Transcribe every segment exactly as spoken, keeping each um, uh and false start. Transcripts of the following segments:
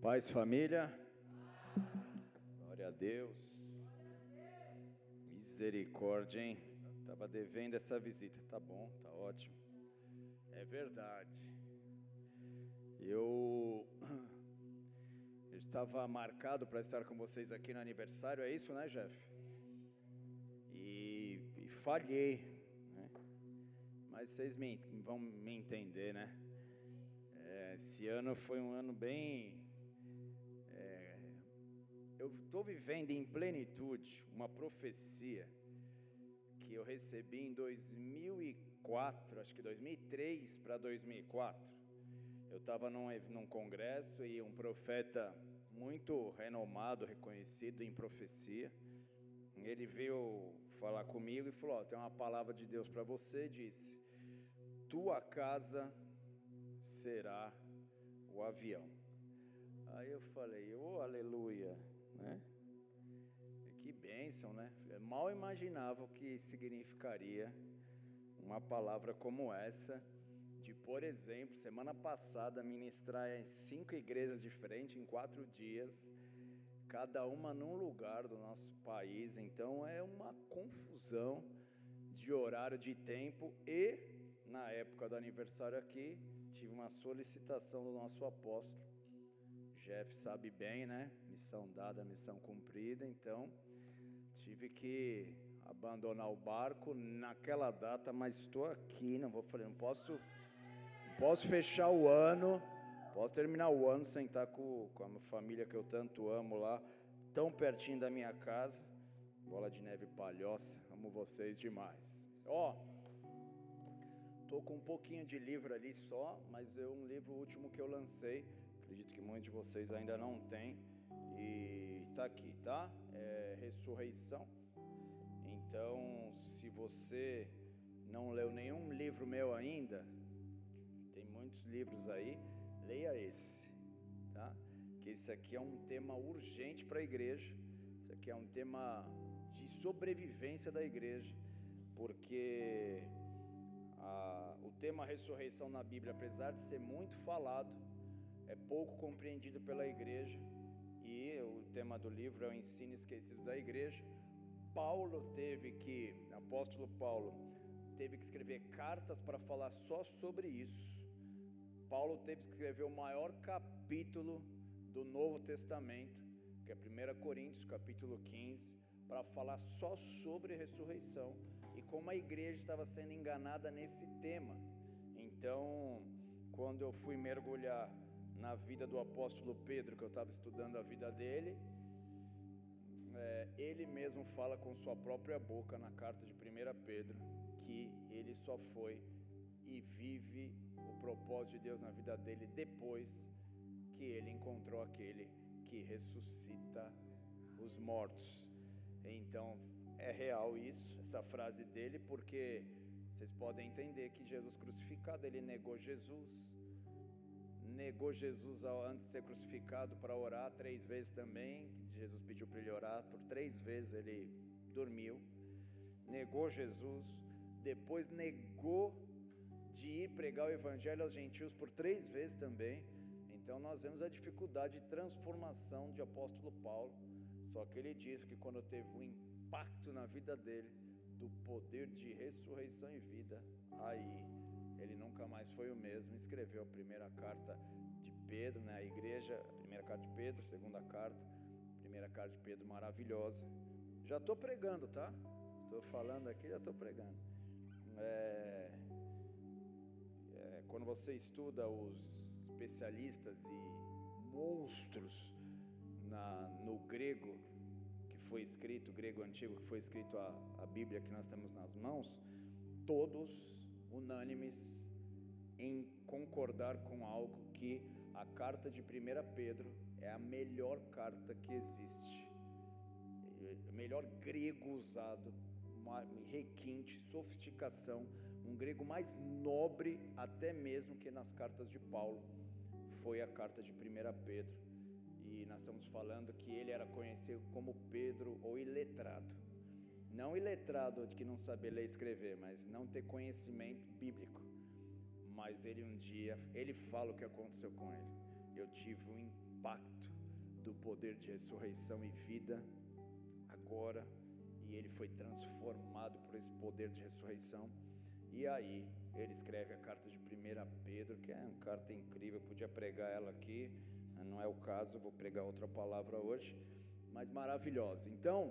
Paz, família. Glória a Deus. Misericórdia, hein? Tava devendo essa visita. Tá bom, tá ótimo. É verdade. Eu, eu estava marcado para estar com vocês aqui no aniversário, é isso, né, Jeff? E, e falhei, né? Mas vocês me, vão me entender, né? É, esse ano foi um ano bem... É, eu estou vivendo em plenitude uma profecia que eu recebi em dois mil e quatro, acho que dois mil e três para dois mil e quatro. Eu estava num, num congresso e um profeta muito renomado, reconhecido em profecia, ele veio falar comigo e falou: oh, tem uma palavra de Deus para você, disse: tua casa será o avião. Aí eu falei: oh, aleluia, né? Que bênção, né? Eu mal imaginava o que significaria uma palavra como essa, de, por exemplo, semana passada, ministrar em cinco igrejas diferentes em quatro dias, cada uma num lugar do nosso país. Então é uma confusão de horário, de tempo, e na época do aniversário aqui, tive uma solicitação do nosso apóstolo. Jeff sabe bem, né? Missão dada, missão cumprida. Então tive que abandonar o barco naquela data, mas estou aqui, não vou falei, não posso, não posso fechar o ano, posso terminar o ano sem estar com, com a família que eu tanto amo lá, tão pertinho da minha casa. Bola de Neve Palhoça, amo vocês demais. Ó, tô com um pouquinho de livro ali só, mas é um livro último que eu lancei, acredito que muitos de vocês ainda não têm, e tá aqui, tá? É Ressurreição. Então, se você não leu nenhum livro meu ainda, tem muitos livros aí, leia esse, tá? Que esse aqui é um tema urgente para a igreja, esse aqui é um tema de sobrevivência da igreja, porque a, o tema ressurreição na Bíblia, apesar de ser muito falado, é pouco compreendido pela igreja, e o tema do livro é o ensino esquecido da igreja. Paulo teve que, apóstolo Paulo, teve que escrever cartas para falar só sobre isso. Paulo teve que escrever o maior capítulo do Novo Testamento, que é primeira Coríntios, capítulo quinze, para falar só sobre ressurreição e como a igreja estava sendo enganada nesse tema. Então, quando eu fui mergulhar na vida do apóstolo Pedro, que eu estava estudando a vida dele, É, ele mesmo fala com sua própria boca na carta de primeira Pedro que ele só foi e vive o propósito de Deus na vida dele depois que ele encontrou aquele que ressuscita os mortos. Então é real isso, essa frase dele, porque vocês podem entender que Jesus crucificado, ele negou Jesus, negou Jesus antes de ser crucificado para orar três vezes também. Jesus pediu para ele orar, por três vezes ele dormiu, negou Jesus, depois negou de ir pregar o evangelho aos gentios por três vezes também. Então nós vemos a dificuldade de transformação de apóstolo Paulo, só que ele diz que quando teve um impacto na vida dele, do poder de ressurreição e vida, aí ele nunca mais foi o mesmo. Escreveu a primeira carta de Pedro, né, a igreja, a primeira carta de Pedro, a segunda carta, primeira carta de Pedro, maravilhosa. Já estou pregando, tá? Estou falando aqui, já estou pregando. É, é, quando você estuda os especialistas e monstros na, no grego, que foi escrito, grego antigo, que foi escrito a, a Bíblia que nós temos nas mãos, todos unânimes em concordar com algo, que a carta de primeira Pedro é a melhor carta que existe, o melhor grego usado, uma requinte, sofisticação, um grego mais nobre até mesmo que nas cartas de Paulo, foi a carta de primeira Pedro. E nós estamos falando que ele era conhecido como Pedro ou iletrado, não iletrado de que não saber ler e escrever, mas não ter conhecimento bíblico. Mas ele um dia, ele fala o que aconteceu com ele. Eu tive um impacto do poder de ressurreição e vida agora, e ele foi transformado por esse poder de ressurreição. E aí ele escreve a carta de primeira Pedro, que é uma carta incrível, eu podia pregar ela aqui, não é o caso, vou pregar outra palavra hoje, mas maravilhosa. Então,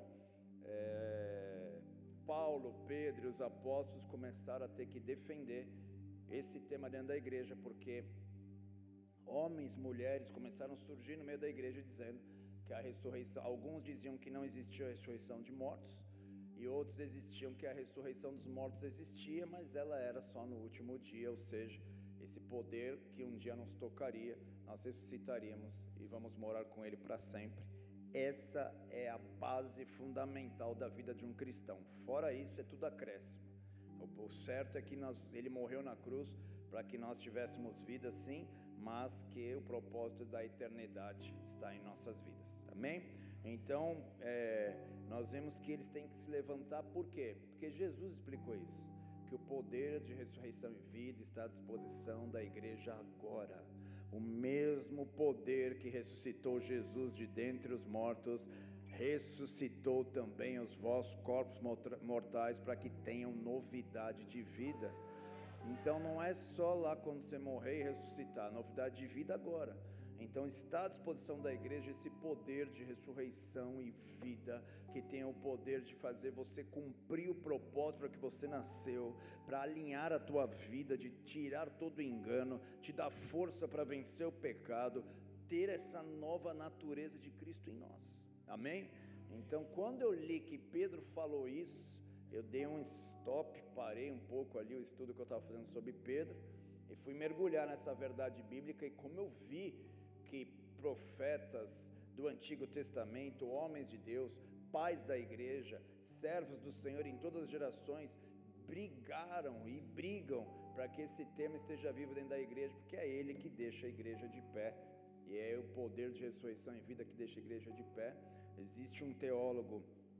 é, Paulo, Pedro e os apóstolos começaram a ter que defender esse tema dentro da igreja, porque homens, mulheres começaram a surgir no meio da igreja dizendo que a ressurreição, alguns diziam que não existia a ressurreição de mortos, e outros existiam que a ressurreição dos mortos existia, mas ela era só no último dia, ou seja, esse poder que um dia nos tocaria, nós ressuscitaríamos e vamos morar com ele para sempre. Essa é a base fundamental da vida de um cristão. Fora isso é tudo acréscimo. O certo é que nós, ele morreu na cruz para que nós tivéssemos vida sim, mas que o propósito da eternidade está em nossas vidas, amém? Então, é, nós vemos que eles têm que se levantar, por quê? Porque Jesus explicou isso, que o poder de ressurreição e vida está à disposição da igreja agora. O mesmo poder que ressuscitou Jesus de dentre os mortos, ressuscitou também os vossos corpos mortais para que tenham novidade de vida. Então não é só lá quando você morrer e ressuscitar, novidade de vida agora. Então está à disposição da igreja esse poder de ressurreição e vida, que tem o poder de fazer você cumprir o propósito para que você nasceu, para alinhar a tua vida, de tirar todo o engano, te dar força para vencer o pecado, ter essa nova natureza de Cristo em nós, amém? Então quando eu li que Pedro falou isso, eu dei um stop, parei um pouco ali o estudo que eu estava fazendo sobre Pedro, e fui mergulhar nessa verdade bíblica, e como eu vi que profetas do Antigo Testamento, homens de Deus, pais da igreja, servos do Senhor em todas as gerações, brigaram e brigam para que esse tema esteja vivo dentro da igreja, porque é ele que deixa a igreja de pé, e é o poder de ressurreição e vida que deixa a igreja de pé. Existe um teólogo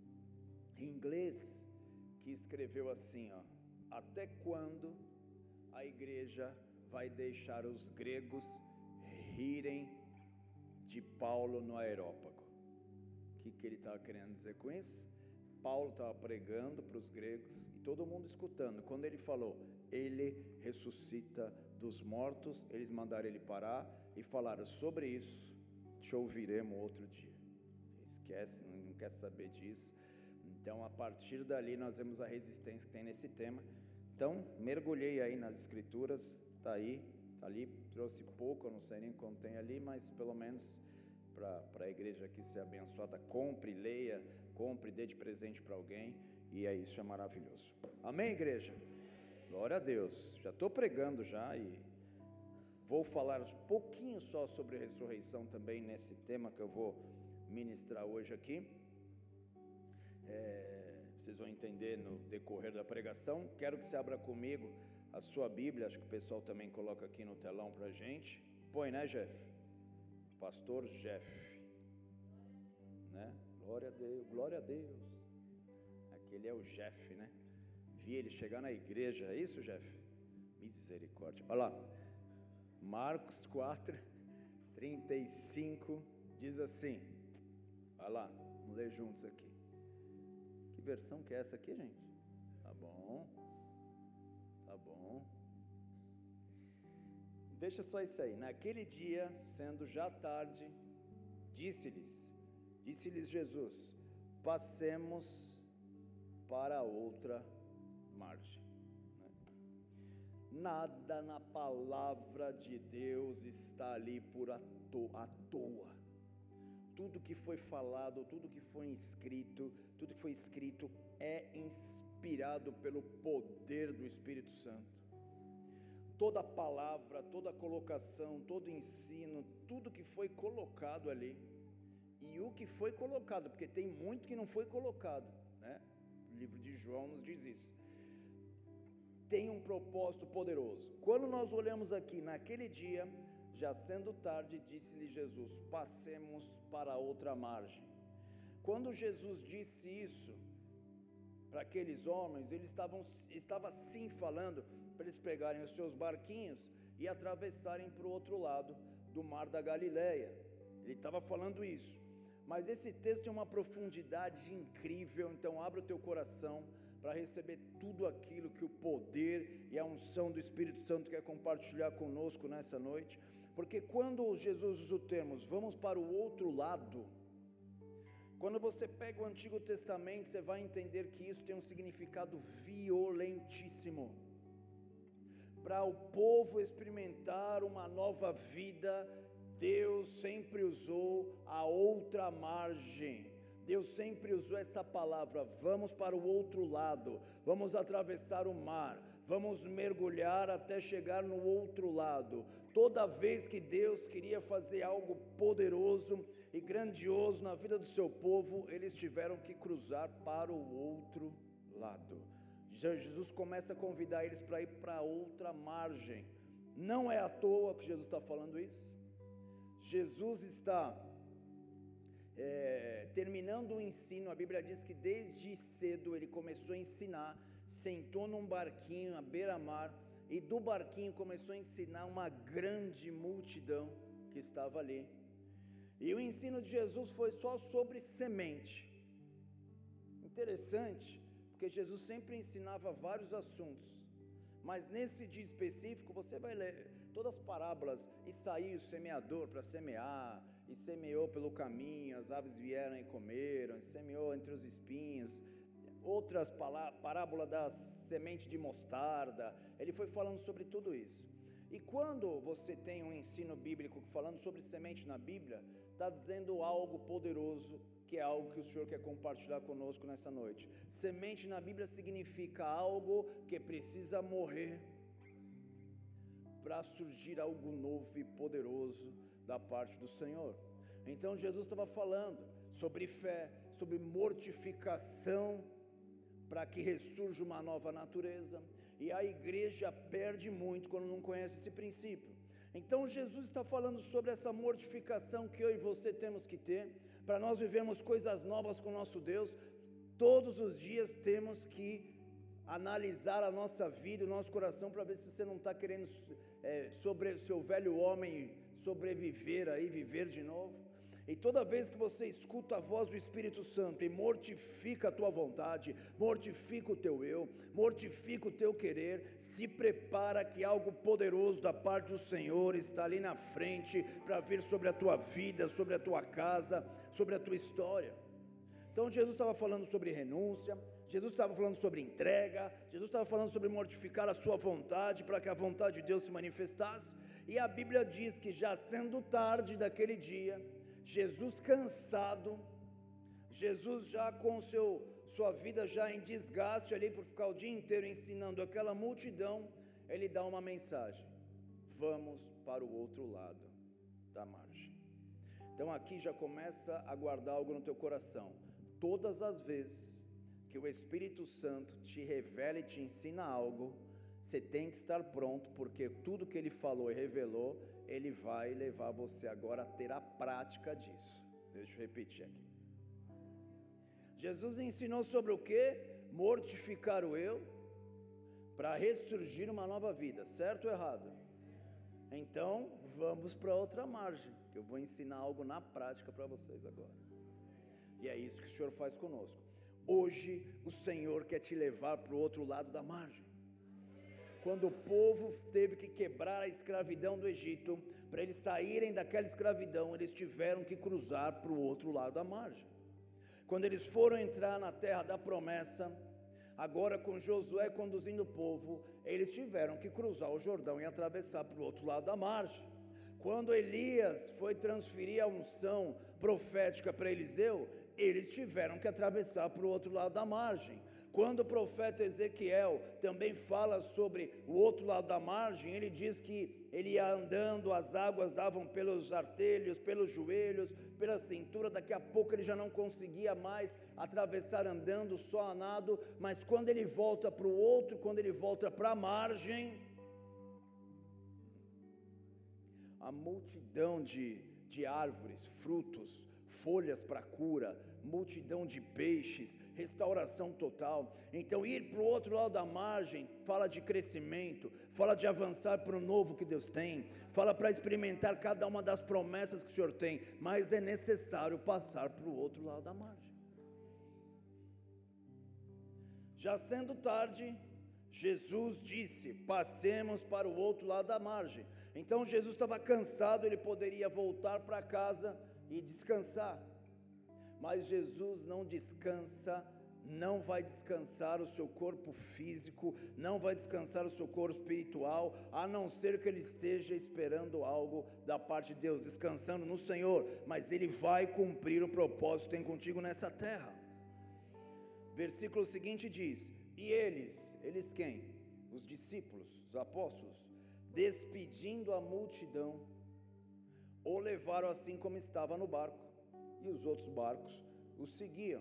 inglês que escreveu assim, ó: até quando a igreja vai deixar os gregos rirem de Paulo no aerópago? O que, que ele estava querendo dizer com isso? Paulo estava pregando para os gregos e todo mundo escutando. Quando ele falou, ele ressuscita dos mortos, eles mandaram ele parar e falaram, sobre isso te ouviremos outro dia. Esquece, não quer saber disso. Então a partir dali nós vemos a resistência que tem nesse tema. Então mergulhei aí nas escrituras, está aí, está ali, trouxe pouco, eu não sei nem quanto tem ali, mas pelo menos para a igreja aqui ser abençoada, compre, leia, compre, dê de presente para alguém, e é isso, é maravilhoso. Amém, igreja? Glória a Deus. Já estou pregando já e vou falar um pouquinho só sobre ressurreição também nesse tema que eu vou ministrar hoje aqui. É, vocês vão entender no decorrer da pregação. Quero que você abra comigo a sua Bíblia, acho que o pessoal também coloca aqui no telão pra gente. Põe, né, Jeff? Pastor Jeff, né? Glória a Deus, glória a Deus. Aquele é o Jeff, né? Vi ele chegar na igreja, é isso, Jeff? Misericórdia. Olha lá, Marcos quatro, trinta e cinco, diz assim, olha lá, vamos ler juntos aqui. Que versão que é essa aqui, gente? Tá bom, tá bom. Deixa só isso aí. Naquele dia, sendo já tarde, disse-lhes, disse-lhes Jesus, passemos para outra margem. Nada na palavra de Deus está ali por à toa. Tudo que foi falado, tudo que foi escrito, tudo que foi escrito é inspirado pelo poder do Espírito Santo. Toda palavra, toda colocação, todo ensino, tudo que foi colocado ali, e o que foi colocado, porque tem muito que não foi colocado, né? O livro de João nos diz isso. Tem um propósito poderoso. Quando nós olhamos aqui, naquele dia, já sendo tarde, disse-lhe Jesus, passemos para outra margem. Quando Jesus disse isso para aqueles homens, eles estavam, estava sim falando para eles pegarem os seus barquinhos e atravessarem para o outro lado do mar da Galileia. Ele estava falando isso. Mas esse texto tem uma profundidade incrível, então abre o teu coração para receber tudo aquilo que o poder e a unção do Espírito Santo quer compartilhar conosco nessa noite. Porque quando Jesus usa o termo, vamos para o outro lado, quando você pega o Antigo Testamento, você vai entender que isso tem um significado violentíssimo. Para o povo experimentar uma nova vida, Deus sempre usou a outra margem. Deus sempre usou essa palavra, vamos para o outro lado, vamos atravessar o mar, vamos mergulhar até chegar no outro lado. Toda vez que Deus queria fazer algo poderoso e grandioso na vida do seu povo, eles tiveram que cruzar para o outro lado. Jesus começa a convidar eles para ir para outra margem. Não é à toa que Jesus está falando isso. Jesus está é, terminando o ensino. A Bíblia diz que desde cedo ele começou a ensinar, sentou num barquinho à beira-mar, e do barquinho começou a ensinar uma grande multidão que estava ali. E o ensino de Jesus foi só sobre semente. Interessante, porque Jesus sempre ensinava vários assuntos, mas nesse dia específico você vai ler todas as parábolas. E saiu o semeador para semear, e semeou pelo caminho, as aves vieram e comeram, e semeou entre os espinhos. Outras parábolas da semente de mostarda. Ele foi falando sobre tudo isso. E quando você tem um ensino bíblico falando sobre semente na Bíblia, está dizendo algo poderoso, que é algo que o Senhor quer compartilhar conosco nessa noite. Semente na Bíblia significa algo que precisa morrer para surgir algo novo e poderoso da parte do Senhor. Então Jesus estava falando sobre fé, sobre mortificação, para que ressurja uma nova natureza. E a igreja perde muito quando não conhece esse princípio. Então Jesus está falando sobre essa mortificação que eu e você temos que ter, para nós vivermos coisas novas com o nosso Deus. Todos os dias temos que analisar a nossa vida, o nosso coração, para ver se você não está querendo é, sobre o seu velho homem sobreviver aí, viver de novo. E toda vez que você escuta a voz do Espírito Santo e mortifica a tua vontade, mortifica o teu eu, mortifica o teu querer, se prepara que algo poderoso da parte do Senhor está ali na frente para vir sobre a tua vida, sobre a tua casa, sobre a tua história. Então Jesus estava falando sobre renúncia, Jesus estava falando sobre entrega, Jesus estava falando sobre mortificar a sua vontade para que a vontade de Deus se manifestasse. E a Bíblia diz que já sendo tarde daquele dia, Jesus cansado, Jesus já com seu, sua vida já em desgaste ali por ficar o dia inteiro ensinando aquela multidão, ele dá uma mensagem: vamos para o outro lado da margem. Então aqui já começa a guardar algo no teu coração. Todas as vezes que o Espírito Santo te revela e te ensina algo, você tem que estar pronto, porque tudo que ele falou e revelou, ele vai levar você agora a ter a prática disso. Deixa eu repetir aqui. Jesus ensinou sobre o que? Mortificar o eu, para ressurgir uma nova vida, certo ou errado? Então, vamos para outra margem, que eu vou ensinar algo na prática para vocês agora. E é isso que o Senhor faz conosco. Hoje, o Senhor quer te levar para o outro lado da margem. Quando o povo teve que quebrar a escravidão do Egito, para eles saírem daquela escravidão, eles tiveram que cruzar para o outro lado da margem. Quando eles foram entrar na terra da promessa, agora com Josué conduzindo o povo, eles tiveram que cruzar o Jordão e atravessar para o outro lado da margem. Quando Elias foi transferir a unção profética para Eliseu, eles tiveram que atravessar para o outro lado da margem. Quando o profeta Ezequiel também fala sobre o outro lado da margem, ele diz que ele ia andando, as águas davam pelos artelhos, pelos joelhos, pela cintura, daqui a pouco ele já não conseguia mais atravessar andando, só a nado, mas quando ele volta para o outro, quando ele volta para a margem, a multidão de, de árvores, frutos, folhas para cura, multidão de peixes, restauração total. Então ir para o outro lado da margem fala de crescimento, fala de avançar para o novo que Deus tem, fala para experimentar cada uma das promessas que o Senhor tem, mas é necessário passar para o outro lado da margem. Já sendo tarde, Jesus disse: passemos para o outro lado da margem. Então Jesus estava cansado, ele poderia voltar para casa e descansar, mas Jesus não descansa, não vai descansar o seu corpo físico, não vai descansar o seu corpo espiritual, a não ser que ele esteja esperando algo da parte de Deus, descansando no Senhor, mas ele vai cumprir o propósito que tem contigo nessa terra. Versículo seguinte diz: e eles, eles quem? Os discípulos, os apóstolos, despedindo a multidão, o levaram assim como estava no barco, e os outros barcos o seguiam,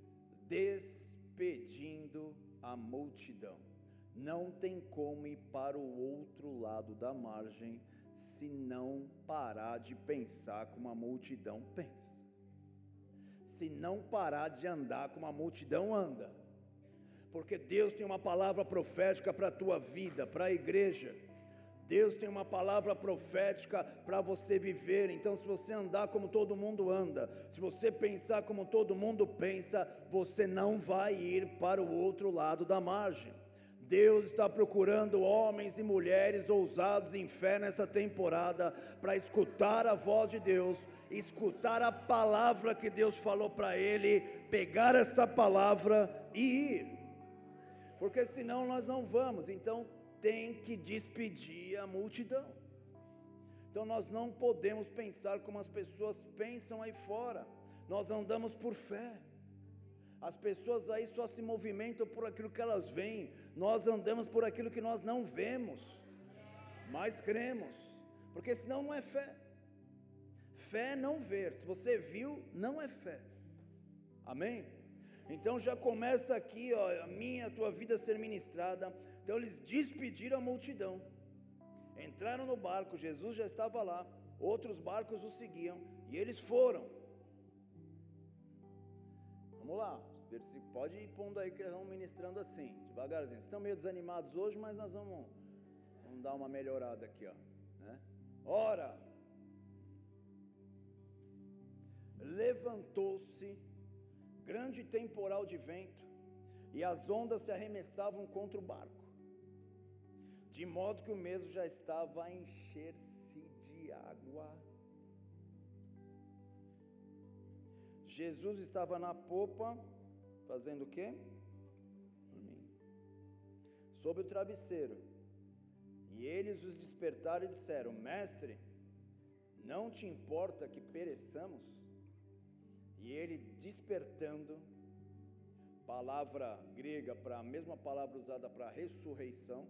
despedindo a multidão. Não tem como ir para o outro lado da margem se não parar de pensar como a multidão pensa, se não parar de andar como a multidão anda, porque Deus tem uma palavra profética para a tua vida, para a igreja. Deus tem uma palavra profética para você viver. Então, se você andar como todo mundo anda, se você pensar como todo mundo pensa, você não vai ir para o outro lado da margem. Deus está procurando homens e mulheres ousados em fé nessa temporada, para escutar a voz de Deus, escutar a palavra que Deus falou para ele, pegar essa palavra e ir, porque senão nós não vamos. Então tem que despedir a multidão. Então nós não podemos pensar como as pessoas pensam aí fora. Nós andamos por fé. As pessoas aí só se movimentam por aquilo que elas veem. Nós andamos por aquilo que nós não vemos, mas cremos, porque senão não é fé. Fé é não ver. Se você viu, não é fé. Amém? Então já começa aqui, ó, a minha, a tua vida ser ministrada. Então eles despediram a multidão, entraram no barco, Jesus já estava lá, outros barcos o seguiam, e eles foram. Vamos lá, pode ir pondo aí que eles vão ministrando assim, devagarzinho. Vocês estão meio desanimados hoje, mas nós vamos, vamos dar uma melhorada aqui, ó, né? Ora, levantou-se grande temporal de vento, e as ondas se arremessavam contra o barco, de modo que o mesmo já estava a encher-se de água. Jesus estava na popa, fazendo o quê? Sobre o travesseiro. E eles os despertaram e disseram: mestre, não te importa que pereçamos? E ele, despertando, palavra grega para a mesma palavra usada para ressurreição.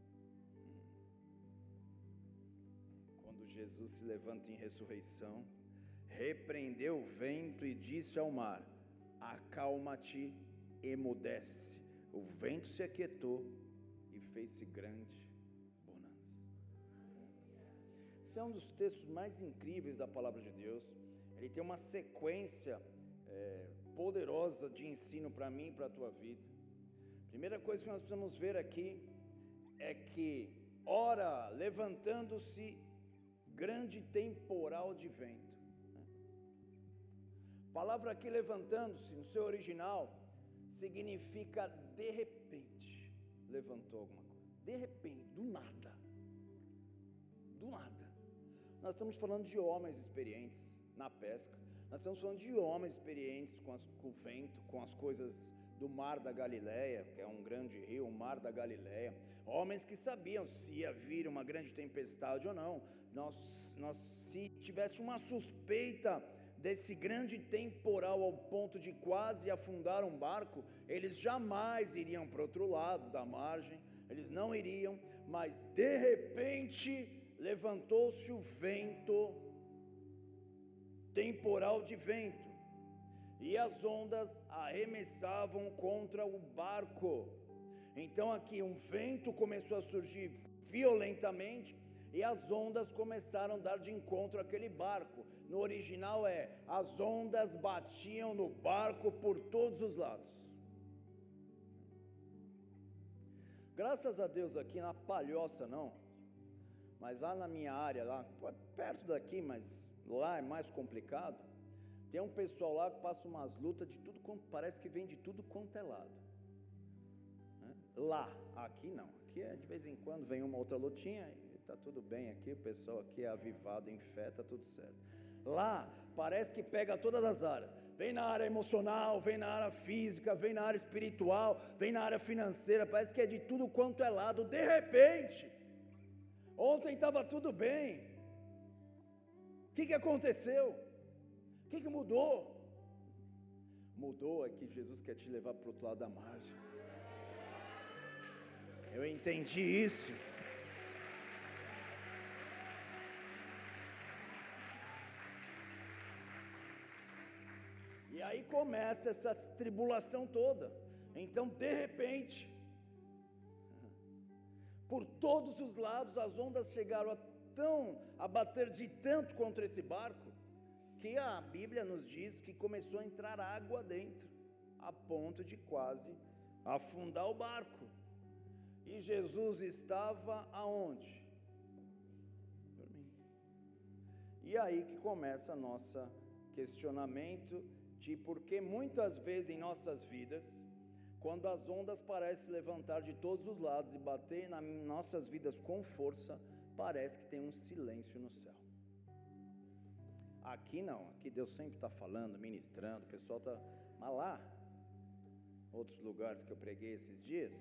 Quando Jesus se levanta em ressurreição, repreendeu o vento e disse ao mar: acalma-te, emudece. O vento se aquietou e fez-se grande bonança. Esse é um dos textos mais incríveis da palavra de Deus. Ele tem uma sequência é, poderosa de ensino para mim e para a tua vida. Primeira coisa que nós precisamos ver aqui é que, ora, levantando-se grande temporal de vento. A palavra aqui, levantando-se, no seu original, significa de repente. Levantou alguma coisa, de repente, do nada. Do nada. Nós estamos falando de homens experientes na pesca. Nós estamos falando de homens experientes com, as, com o vento, com as coisas do mar da Galileia, que é um grande rio, o mar da Galileia. Homens que sabiam se ia vir uma grande tempestade ou não. Nós, nós, se tivesse uma suspeita desse grande temporal ao ponto de quase afundar um barco, eles jamais iriam para o outro lado da margem, eles não iriam, mas de repente levantou-se o vento, temporal de vento, e as ondas arremessavam contra o barco. Então aqui um vento começou a surgir violentamente, e as ondas começaram a dar de encontro àquele barco. no original é: as ondas batiam no barco por todos os lados. Graças a Deus aqui na Palhoça não, mas lá na minha área, lá perto daqui, mas lá é mais complicado. Tem um pessoal lá que passa umas lutas de tudo, parece que vem de tudo quanto é lado. Lá, aqui não, aqui é de vez em quando vem uma outra lutinha e tá tudo bem aqui, o pessoal aqui é avivado em fé, tá tudo certo. Lá, parece que pega todas as áreas, vem na área emocional, vem na área física, vem na área espiritual, vem na área financeira, parece que é de tudo quanto é lado. De repente, ontem estava tudo bem, o que que aconteceu? O que que mudou? Mudou é que Jesus quer te levar para o outro lado da margem. Eu entendi isso. E aí começa essa tribulação toda. Então, de repente, por todos os lados, as ondas chegaram a tão a bater de tanto contra esse barco, que a Bíblia nos diz que começou a entrar água dentro, a ponto de quase afundar o barco. E Jesus estava aonde? Dormindo. E aí que começa nosso questionamento de por que muitas vezes em nossas vidas, quando as ondas parecem levantar de todos os lados e bater nas nossas vidas com força, parece que tem um silêncio no céu. Aqui não, aqui Deus sempre está falando, ministrando, o pessoal está... Mas lá, outros lugares que eu preguei esses dias,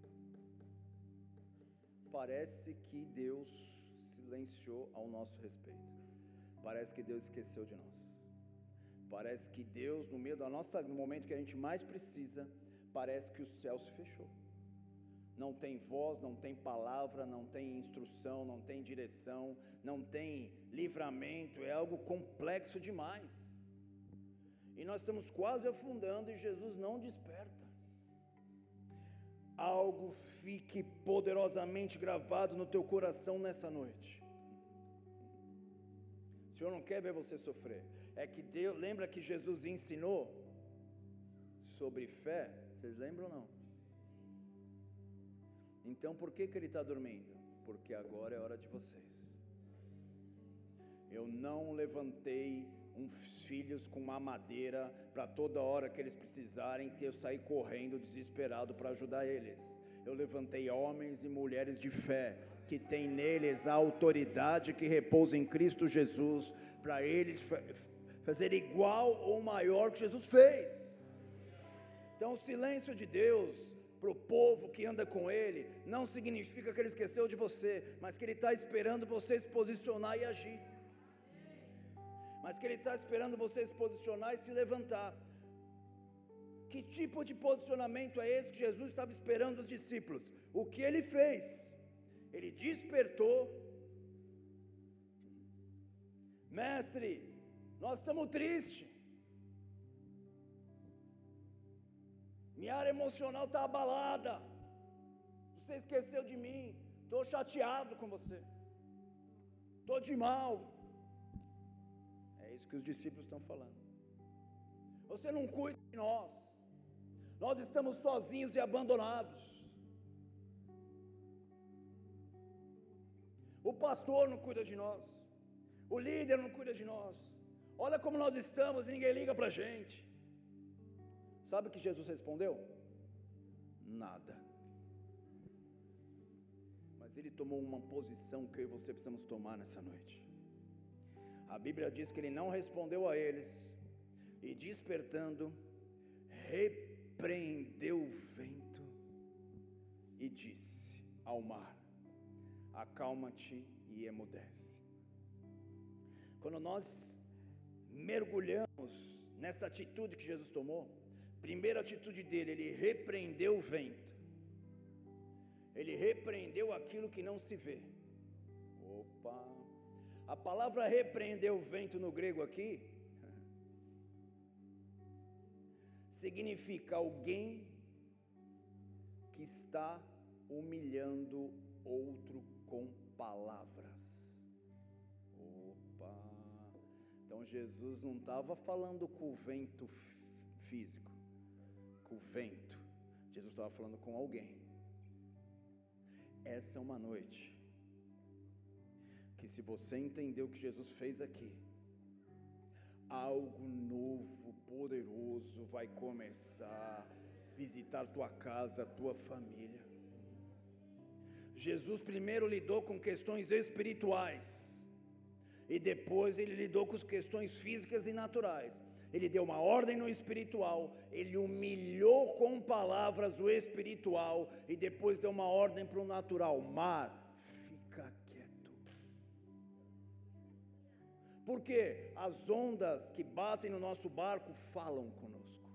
parece que Deus silenciou ao nosso respeito. Parece que Deus esqueceu de nós. Parece que Deus, no meio da nossa, no momento que a gente mais precisa, parece que o céu se fechou. Não tem voz, não tem palavra, não tem instrução, não tem direção, não tem livramento, é algo complexo demais. E nós estamos quase afundando e Jesus não desperta. Algo fique poderosamente gravado no teu coração nessa noite. O Senhor não quer ver você sofrer. É que Deus, lembra que Jesus ensinou sobre fé? Vocês lembram ou não? Então por que que ele está dormindo? Porque agora é hora de vocês. Eu não levantei uns filhos com uma madeira para toda hora que eles precisarem, que eu sair correndo desesperado para ajudar eles. Eu levantei homens e mulheres de fé, que tem neles a autoridade que repousa em Cristo Jesus, para eles fazer igual ou maior que Jesus fez. Então o silêncio de Deus para o povo que anda com Ele, não significa que Ele esqueceu de você, mas que Ele está esperando você se posicionar e agir. Mas que Ele está esperando você se posicionar e se levantar. Que tipo de posicionamento é esse que Jesus estava esperando os discípulos? O que Ele fez? Ele despertou. Mestre, nós estamos tristes. Minha área emocional está abalada. Você esqueceu de mim. Estou chateado com você. Estou de mal. É isso que os discípulos estão falando. Você não cuida de nós. Nós estamos sozinhos e abandonados. O pastor não cuida de nós. O líder não cuida de nós. Olha como nós estamos e ninguém liga para a gente. Sabe o que Jesus respondeu? Nada. Mas ele tomou uma posição que eu e você precisamos tomar nessa noite. A Bíblia diz que ele não respondeu a eles, e despertando, repreendeu o vento e disse ao mar: acalma-te e emudece. Quando nós mergulhamos nessa atitude que Jesus tomou, primeira atitude dele, ele repreendeu o vento. Ele repreendeu aquilo que não se vê. Opa! A palavra repreender o vento no grego aqui significa alguém que está humilhando outro com palavras. Opa! Então Então Jesus não estava falando com o vento físico, com o vento. Jesus estava falando com alguém. Essa é uma noite que, se você entender o que Jesus fez aqui, algo novo, poderoso vai começar a visitar tua casa, tua família. Jesus primeiro lidou com questões espirituais, e depois ele lidou com as questões físicas e naturais. Ele deu uma ordem no espiritual, ele humilhou com palavras o espiritual, e depois deu uma ordem para o natural: mar, fica quieto. Porque as ondas que batem no nosso barco falam conosco,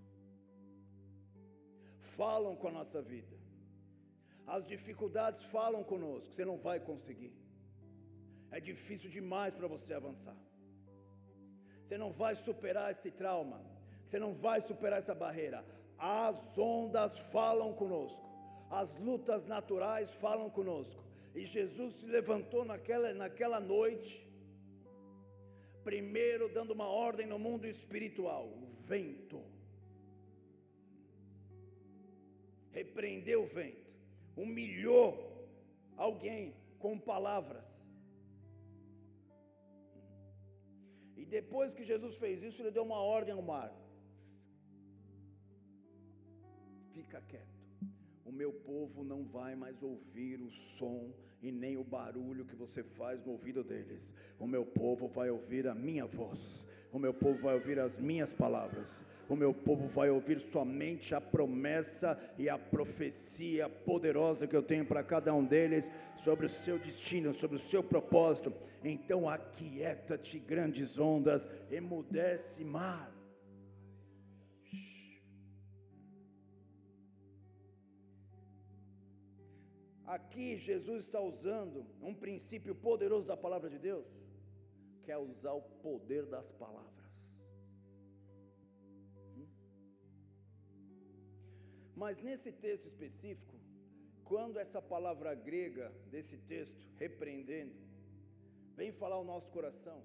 falam com a nossa vida. As dificuldades falam conosco: você não vai conseguir, é difícil demais para você avançar, você não vai superar esse trauma, você não vai superar essa barreira. As ondas falam conosco, as lutas naturais falam conosco. E Jesus se levantou naquela, naquela noite, primeiro dando uma ordem no mundo espiritual: o vento. Repreendeu o vento, humilhou alguém com palavras. E depois que Jesus fez isso, ele deu uma ordem ao mar: fica quieto, o meu povo não vai mais ouvir o som e nem o barulho que você faz no ouvido deles. O meu povo vai ouvir a minha voz, o meu povo vai ouvir as minhas palavras, o meu povo vai ouvir somente a promessa e a profecia poderosa que eu tenho para cada um deles, sobre o seu destino, sobre o seu propósito. Então aquieta-te, grandes ondas, emudece, mar. Aqui Jesus está usando um princípio poderoso da palavra de Deus, que é usar o poder das palavras. Mas nesse texto específico, quando essa palavra grega desse texto, repreendendo, vem falar ao nosso coração,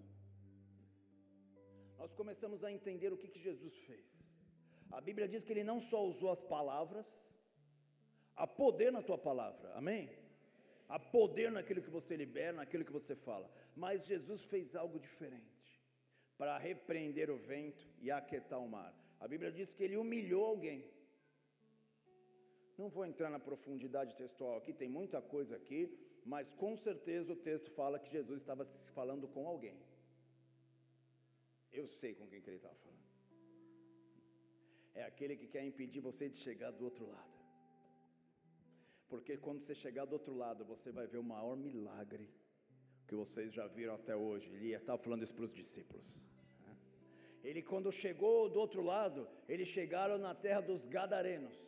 nós começamos a entender o que, que Jesus fez. A Bíblia diz que ele não só usou as palavras, há poder na tua palavra, amém? Há poder naquilo que você libera, naquilo que você fala. Mas Jesus fez algo diferente, para repreender o vento e aquietar o mar. A Bíblia diz que ele humilhou alguém. Não vou entrar na profundidade textual aqui, tem muita coisa aqui, mas com certeza o texto fala que Jesus estava falando com alguém. Eu sei com quem que ele estava falando. É aquele que quer impedir você de chegar do outro lado. Porque quando você chegar do outro lado, você vai ver o maior milagre que vocês já viram até hoje. Ele estava falando isso para os discípulos. Ele, quando chegou do outro lado, eles chegaram na terra dos Gadarenos.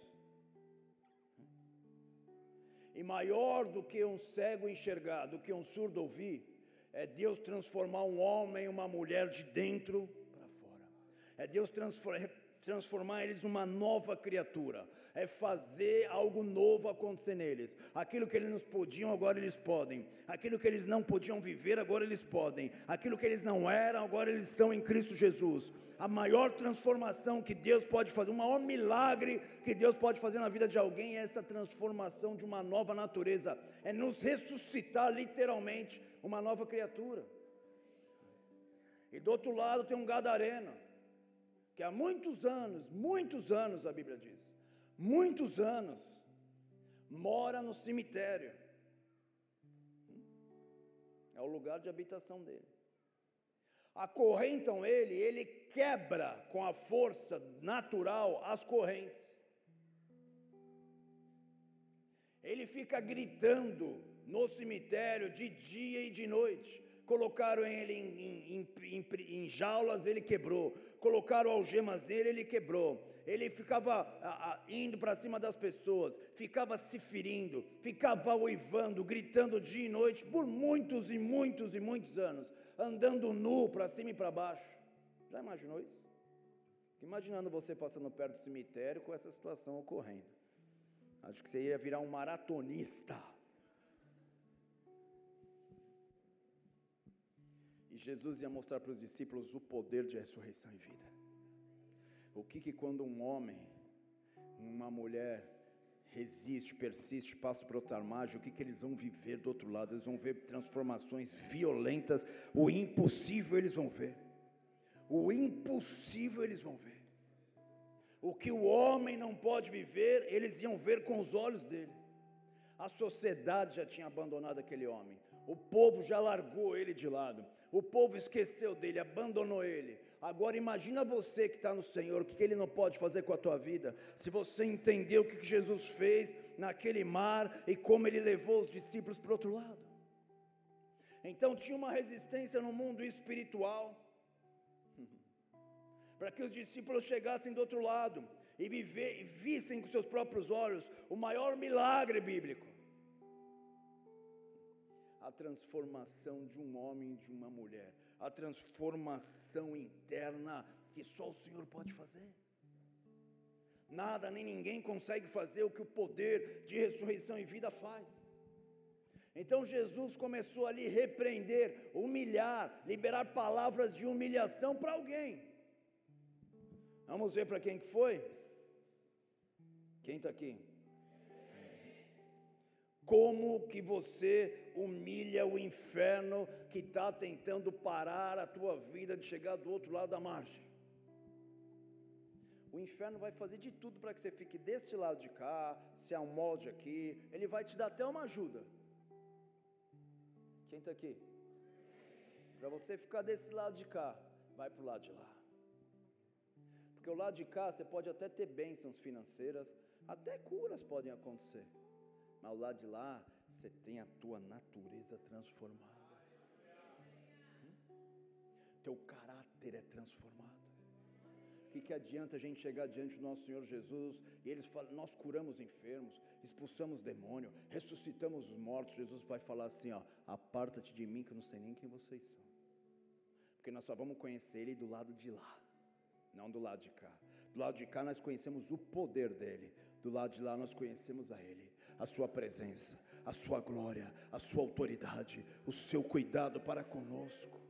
E maior do que um cego enxergar, do que um surdo ouvir, é Deus transformar um homem e uma mulher de dentro para fora. É Deus transformar, transformar eles numa nova criatura. É fazer algo novo acontecer neles. Aquilo que eles não podiam, agora eles podem. Aquilo que eles não podiam viver, agora eles podem. Aquilo que eles não eram, agora eles são em Cristo Jesus. A maior transformação que Deus pode fazer, o maior milagre que Deus pode fazer na vida de alguém, é essa transformação de uma nova natureza. É nos ressuscitar literalmente uma nova criatura. E do outro lado tem um gadareno, que há muitos anos, muitos anos a Bíblia diz, muitos anos, mora no cemitério. É o lugar de habitação dele. Acorrentam ele, ele quebra com a força natural as correntes. Ele fica gritando no cemitério de dia e de noite. Colocaram ele em, em, em, em jaulas, ele quebrou. Colocaram algemas nele, ele quebrou. Ele ficava a, a, indo para cima das pessoas, ficava se ferindo, ficava uivando, gritando dia e noite, por muitos e muitos e muitos anos, andando nu para cima e para baixo. Já imaginou isso? Imaginando você passando perto do cemitério com essa situação ocorrendo. Acho que você ia virar um maratonista. E Jesus ia mostrar para os discípulos o poder de ressurreição e vida. O que que quando um homem, uma mulher resiste, persiste, passa para outra margem, o que que eles vão viver do outro lado? Eles vão ver transformações violentas, o impossível eles vão ver. O impossível eles vão ver. O que o homem não pode viver, eles iam ver com os olhos dele. A sociedade já tinha abandonado aquele homem. O povo já largou ele de lado. O povo esqueceu dele, abandonou ele. Agora imagina você que está no Senhor, o que ele não pode fazer com a tua vida. Se você entendeu o que Jesus fez naquele mar e como ele levou os discípulos para o outro lado. Então tinha uma resistência no mundo espiritual, para que os discípulos chegassem do outro lado e, viver, e vissem com seus próprios olhos o maior milagre bíblico. A transformação de um homem e de uma mulher, a transformação interna que só o Senhor pode fazer. Nada nem ninguém consegue fazer o que o poder de ressurreição e vida faz. Então Jesus começou ali a repreender, humilhar, liberar palavras de humilhação para alguém. Vamos ver para quem que foi? Quem está aqui? Como que você humilha o inferno que está tentando parar a tua vida de chegar do outro lado da margem? O inferno vai fazer de tudo para que você fique desse lado de cá, se há um molde aqui, ele vai te dar até uma ajuda. Quem está aqui? Para você ficar desse lado de cá, vai para o lado de lá. Porque o lado de cá você pode até ter bênçãos financeiras, até curas podem acontecer. Mas ao lado de lá, você tem a tua natureza transformada. Hum? Teu caráter é transformado. O que, que adianta a gente chegar diante do nosso Senhor Jesus e eles falam, nós curamos enfermos, expulsamos demônio, ressuscitamos os mortos. Jesus vai falar assim, ó, aparta-te de mim que eu não sei nem quem vocês são. Porque nós só vamos conhecer Ele do lado de lá, não do lado de cá. Do lado de cá nós conhecemos o poder dEle, do lado de lá nós conhecemos a Ele. A sua presença, a sua glória, a sua autoridade, o seu cuidado para conosco.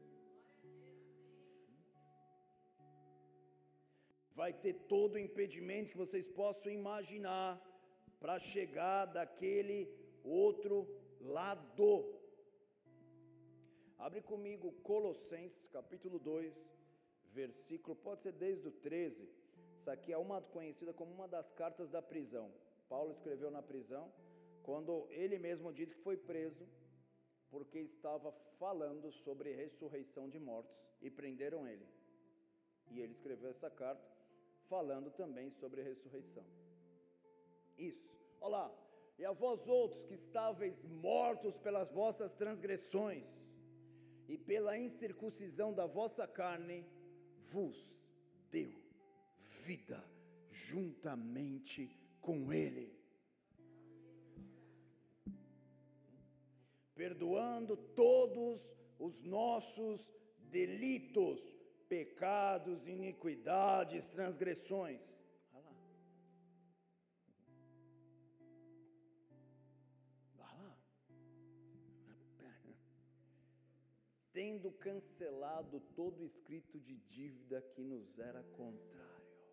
Vai ter todo o impedimento que vocês possam imaginar para chegar daquele outro lado. Abre comigo Colossenses capítulo dois, versículo, pode ser desde o treze. Isso aqui é uma conhecida como uma das cartas da prisão. Paulo escreveu na prisão, quando ele mesmo diz que foi preso, porque estava falando sobre ressurreição de mortos, e prenderam ele. E ele escreveu essa carta, falando também sobre ressurreição. Isso, olha lá, e a vós outros que estáveis mortos pelas vossas transgressões, e pela incircuncisão da vossa carne, vos deu vida juntamente com Ele, perdoando todos os nossos delitos, pecados, iniquidades, transgressões. Vai lá. Vai lá. Tendo cancelado todo escrito de dívida que nos era contrário.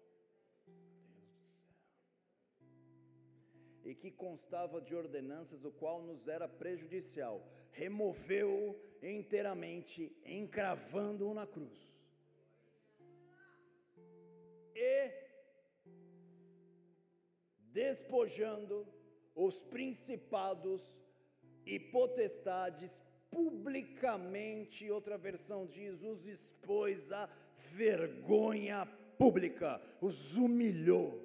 E que constava de ordenanças, o qual nos era prejudicial, removeu-o inteiramente, encravando-o na cruz. E despojando os principados e potestades publicamente, outra versão diz, os expôs à vergonha pública, os humilhou,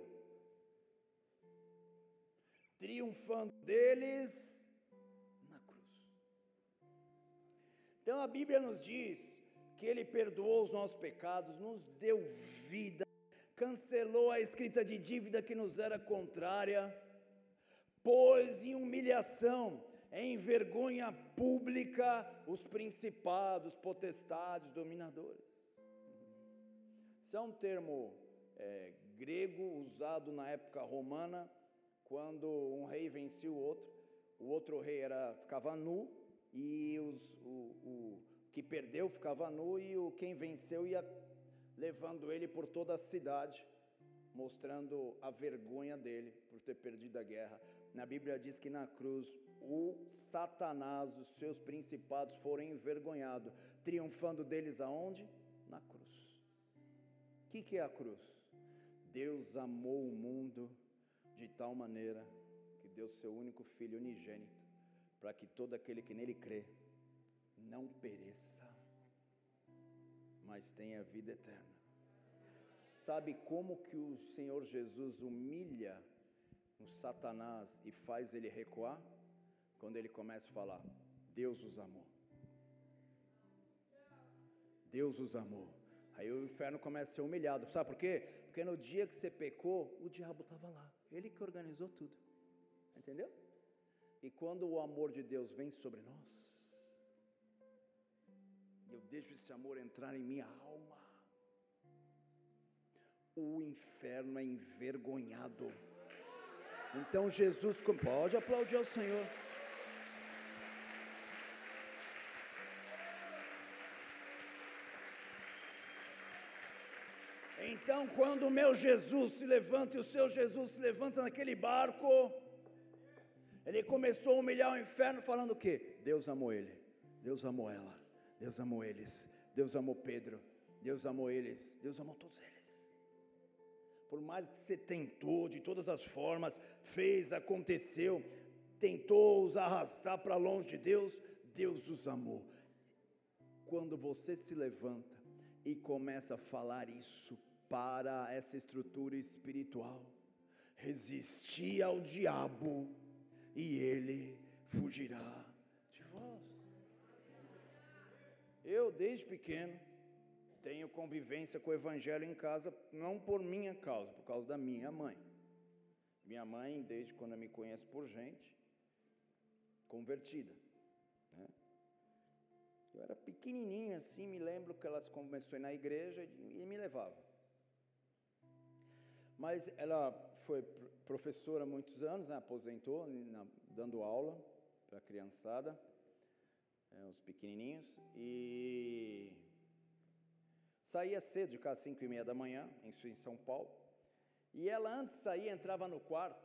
triunfando deles na cruz. Então a Bíblia nos diz que Ele perdoou os nossos pecados, nos deu vida, cancelou a escrita de dívida que nos era contrária, pôs em humilhação, em vergonha pública, os principados, potestades, dominadores. Isso é um termo é, grego usado na época romana, quando um rei vencia o outro, o outro rei era, ficava nu, e os, o, o, que perdeu ficava nu e o quem venceu ia levando ele por toda a cidade, mostrando a vergonha dele por ter perdido a guerra. Na Bíblia diz que na cruz o Satanás, os seus principados foram envergonhados, triunfando deles aonde? Na cruz. O que, que é a cruz? Deus amou o mundo de tal maneira que deu seu único filho unigênito, para que todo aquele que nele crê não pereça, mas tenha vida eterna. Sabe como que o Senhor Jesus humilha o Satanás e faz ele recuar? Quando ele começa a falar: Deus os amou. Deus os amou. Aí o inferno começa a ser humilhado. Sabe por quê? Porque no dia que você pecou, o diabo estava lá. Ele que organizou tudo. Entendeu? E quando o amor de Deus vem sobre nós, eu deixo esse amor entrar em minha alma, o inferno é envergonhado. Então Jesus, pode aplaudir ao Senhor. Então, quando o meu Jesus se levanta e o seu Jesus se levanta naquele barco, ele começou a humilhar o inferno, falando o quê? Deus amou ele, Deus amou ela, Deus amou eles, Deus amou Pedro, Deus amou eles, Deus amou todos eles. Por mais que você tentou de todas as formas, fez, aconteceu, tentou os arrastar para longe de Deus, Deus os amou. Quando você se levanta e começa a falar isso para essa estrutura espiritual, resistir ao diabo e ele fugirá de vós. Eu desde pequeno tenho convivência com o evangelho em casa, não por minha causa, por causa da minha mãe. Minha mãe, desde quando eu me conheço por gente, convertida, né? Eu era pequenininho assim, me lembro que ela começou a ir na igreja e me levava. Mas ela foi professora há muitos anos, né? Aposentou, na, dando aula para a criançada, é, os pequenininhos, e saía cedo de casa, cinco e meia da manhã, em São Paulo, e ela antes de sair entrava no quarto.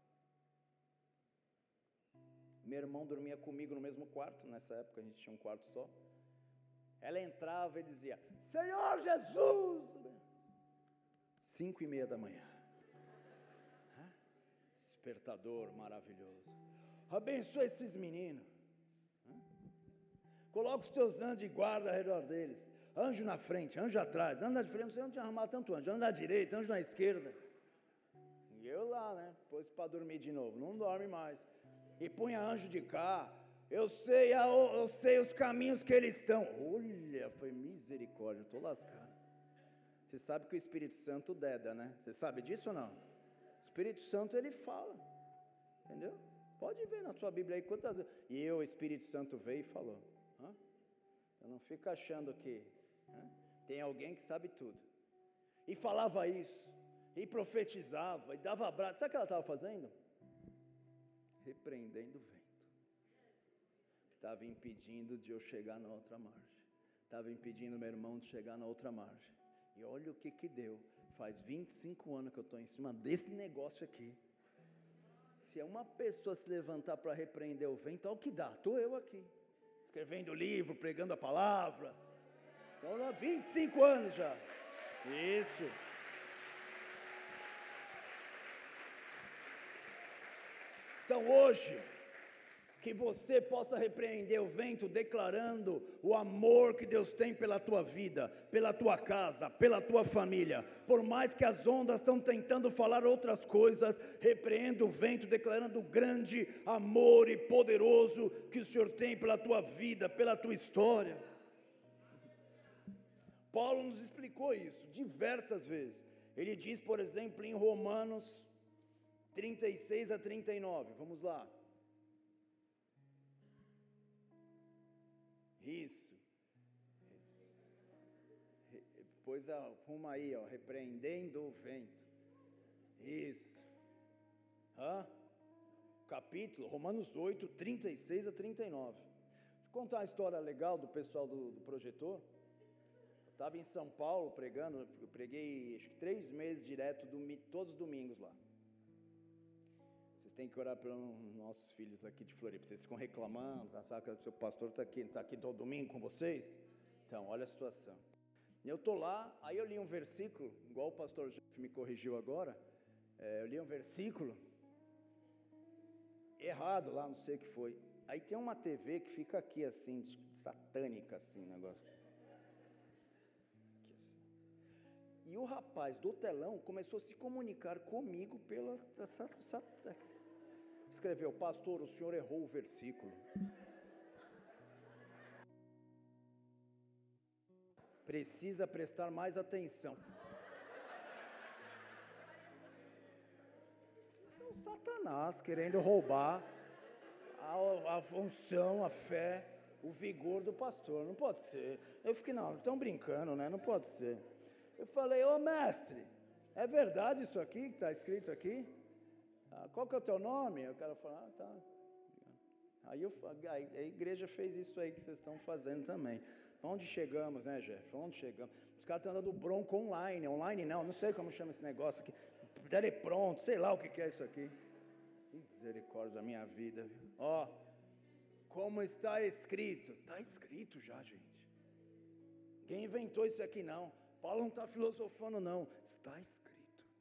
Meu irmão dormia comigo no mesmo quarto, nessa época a gente tinha um quarto só. Ela entrava e dizia: Senhor Jesus! Cinco e meia da manhã. Despertador maravilhoso. Abençoa esses meninos. Coloca os teus anjos de guarda ao redor deles. Anjo na frente, anjo atrás, anda de frente, não sei onde arrumar tanto anjo. Anjo na direita, anjo na esquerda. E eu lá, né? Pôs para dormir de novo. Não dorme mais. E punha anjo de cá. Eu sei, eu sei os caminhos que eles estão. Olha, foi misericórdia, eu estou lascado. Você sabe que o Espírito Santo deda, né? Você sabe disso ou não? O Espírito Santo, ele fala. Entendeu? Pode ver na sua Bíblia aí quantas vezes. E eu, o Espírito Santo veio e falou. Hã? Então não fica achando que hã? Tem alguém que sabe tudo. E falava isso. E profetizava. E dava abraço. Sabe o que ela estava fazendo? Repreendendo o vento. Estava impedindo de eu chegar na outra margem. Estava impedindo meu irmão de chegar na outra margem. E olha o que que deu. Faz vinte e cinco anos que eu estou em cima desse negócio aqui. Se é uma pessoa se levantar para repreender o vento, olha o que dá. Estou eu aqui. Escrevendo livro, pregando a palavra. Então, há vinte e cinco anos já. Isso. Então hoje, que você possa repreender o vento, declarando o amor que Deus tem pela tua vida, pela tua casa, pela tua família. Por mais que as ondas estão tentando falar outras coisas, repreenda o vento, declarando o grande amor e poderoso que o Senhor tem pela tua vida, pela tua história. Paulo nos explicou isso diversas vezes. Ele diz, por exemplo, em Romanos trinta e seis a trinta e nove, vamos lá. Isso. Pois arruma aí, ó, repreendendo o vento. Isso. Hã? Capítulo, Romanos oito, trinta e seis a trinta e nove. Contar uma história legal do pessoal do, do projetor. Eu estava em São Paulo pregando, eu preguei acho que três meses direto, domi, todos os domingos lá. Vocês têm que orar pelos nossos filhos aqui de Floripa. Vocês ficam reclamando, sabe que o seu pastor está aqui, está aqui todo domingo com vocês? Então, olha a situação. Eu estou lá, aí eu li um versículo, igual o pastor Jeff me corrigiu agora, é, eu li um versículo errado lá, não sei o que foi. Aí tem uma T V que fica aqui assim, satânica assim, negócio. Aqui, assim. E o rapaz do telão começou a se comunicar comigo pela... Essa, essa, escreveu, pastor, o senhor errou o versículo. Precisa prestar mais atenção. Isso é o Satanás querendo roubar a, a função, a fé, o vigor do pastor. Não pode ser. Eu fiquei, não, estão brincando, né? Não pode ser. Eu falei, ô mestre, é verdade isso aqui que está escrito aqui? Ah, qual que é o teu nome? O cara falou, ah, tá. Aí eu, a, a igreja fez isso aí que vocês estão fazendo também. Onde chegamos, né, Jeff? Onde chegamos? Os caras estão andando bronco online. Online não, não sei como chama esse negócio aqui. Telepronto, sei lá o que é isso aqui. Misericórdia da minha vida. Ó, como está escrito. Está escrito já, gente. Ninguém inventou isso aqui não. Paulo não está filosofando não. Está escrito.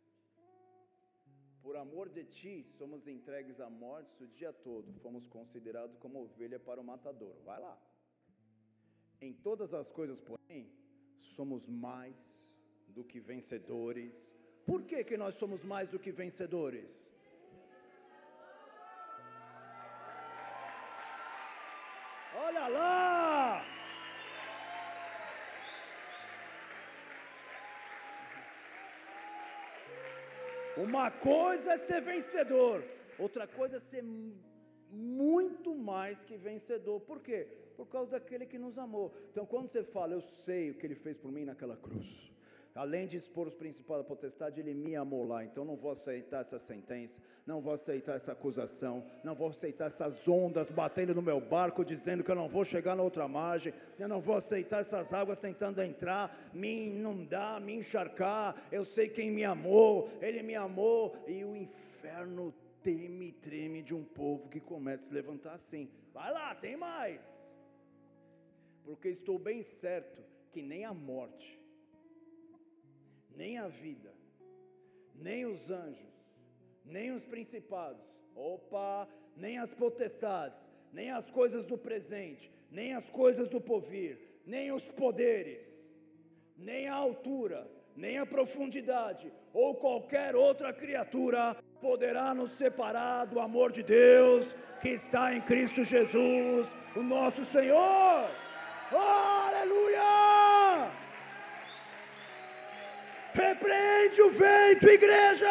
Por amor de ti, somos entregues à morte o dia todo. Fomos considerados como ovelha para o matadouro. Vai lá. Em todas as coisas, porém, somos mais do que vencedores. Por que que nós somos mais do que vencedores? Olha lá! Uma coisa é ser vencedor, outra coisa é ser muito mais que vencedor. Por quê? Por causa daquele que nos amou. Então quando você fala, eu sei o que ele fez por mim naquela cruz, além de expor os principais da potestade, ele me amou lá. Então não vou aceitar essa sentença, não vou aceitar essa acusação, não vou aceitar essas ondas batendo no meu barco, dizendo que eu não vou chegar na outra margem, eu não vou aceitar essas águas tentando entrar, me inundar, me encharcar. Eu sei quem me amou, ele me amou. E o inferno teme e treme de um povo que começa a se levantar assim. Vai lá, tem mais. Porque estou bem certo que nem a morte, nem a vida, nem os anjos, nem os principados, opa, nem as potestades, nem as coisas do presente, nem as coisas do porvir, nem os poderes, nem a altura, nem a profundidade, ou qualquer outra criatura poderá nos separar do amor de Deus que está em Cristo Jesus, o nosso Senhor. Oh, aleluia! Repreende o vento, igreja!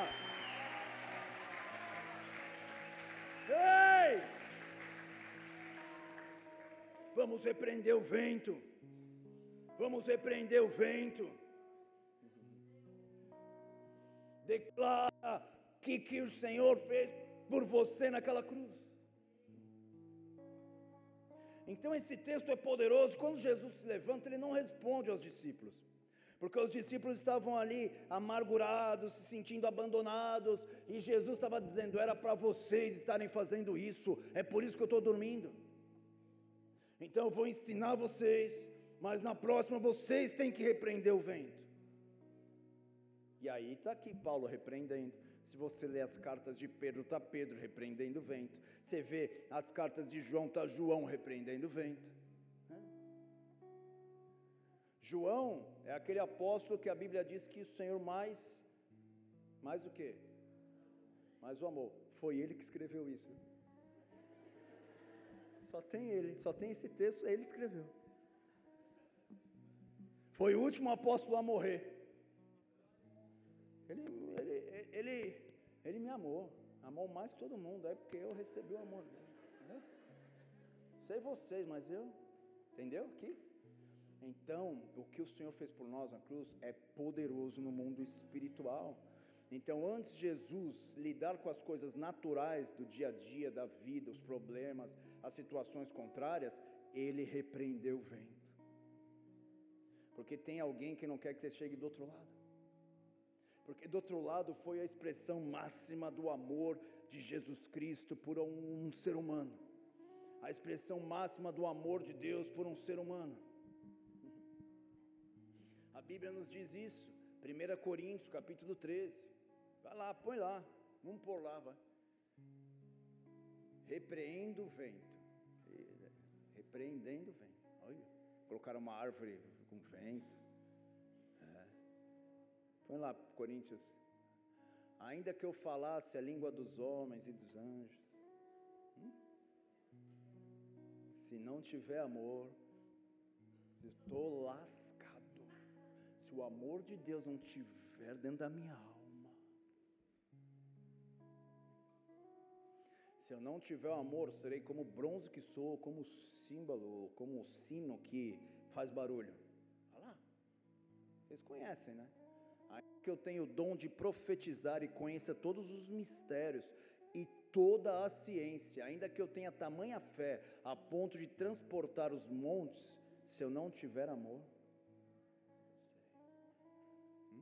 Ei! Vamos repreender o vento. Vamos repreender o vento. Declara que que o Senhor fez por você naquela cruz. Então esse texto é poderoso. Quando Jesus se levanta, ele não responde aos discípulos, porque os discípulos estavam ali amargurados, se sentindo abandonados, e Jesus estava dizendo, era para vocês estarem fazendo isso, é por isso que eu estou dormindo. Então eu vou ensinar vocês, mas na próxima vocês têm que repreender o vento. E aí está aqui Paulo repreendendo. Se você ler as cartas de Pedro, está Pedro repreendendo o vento. Você vê as cartas de João, está João repreendendo o vento. João é aquele apóstolo que a Bíblia diz que o Senhor mais, mais o quê? Mais o amor. Foi ele que escreveu isso. Só tem ele, só tem esse texto, ele escreveu. Foi o último apóstolo a morrer. Ele, ele, ele, ele me amou, amou mais que todo mundo, é porque eu recebi o amor dele. Entendeu? Sei vocês, mas eu, entendeu aqui? Então, o que o Senhor fez por nós na cruz é poderoso no mundo espiritual. Então, antes de Jesus lidar com as coisas naturais do dia a dia, da vida, os problemas, as situações contrárias, ele repreendeu o vento. Porque tem alguém que não quer que você chegue do outro lado. Porque do outro lado foi a expressão máxima do amor de Jesus Cristo por um ser humano. A expressão máxima do amor de Deus por um ser humano. A Bíblia nos diz isso, primeira Coríntios, capítulo treze. Vai lá, põe lá, vamos pôr lá, vai. Repreendo o vento. Repreendendo o vento. Olha, colocaram uma árvore com vento. É. Põe lá, Coríntios. Ainda que eu falasse a língua dos homens e dos anjos, hum? se não tiver amor, eu estou lascado. Se o amor de Deus não estiver dentro da minha alma, se eu não tiver amor, serei como o bronze que sou, como o símbolo, como o sino que faz barulho. Olha lá, vocês conhecem, né? Ainda que eu tenho o dom de profetizar e conheça todos os mistérios e toda a ciência, ainda que eu tenha tamanha fé a ponto de transportar os montes, se eu não tiver amor, hum?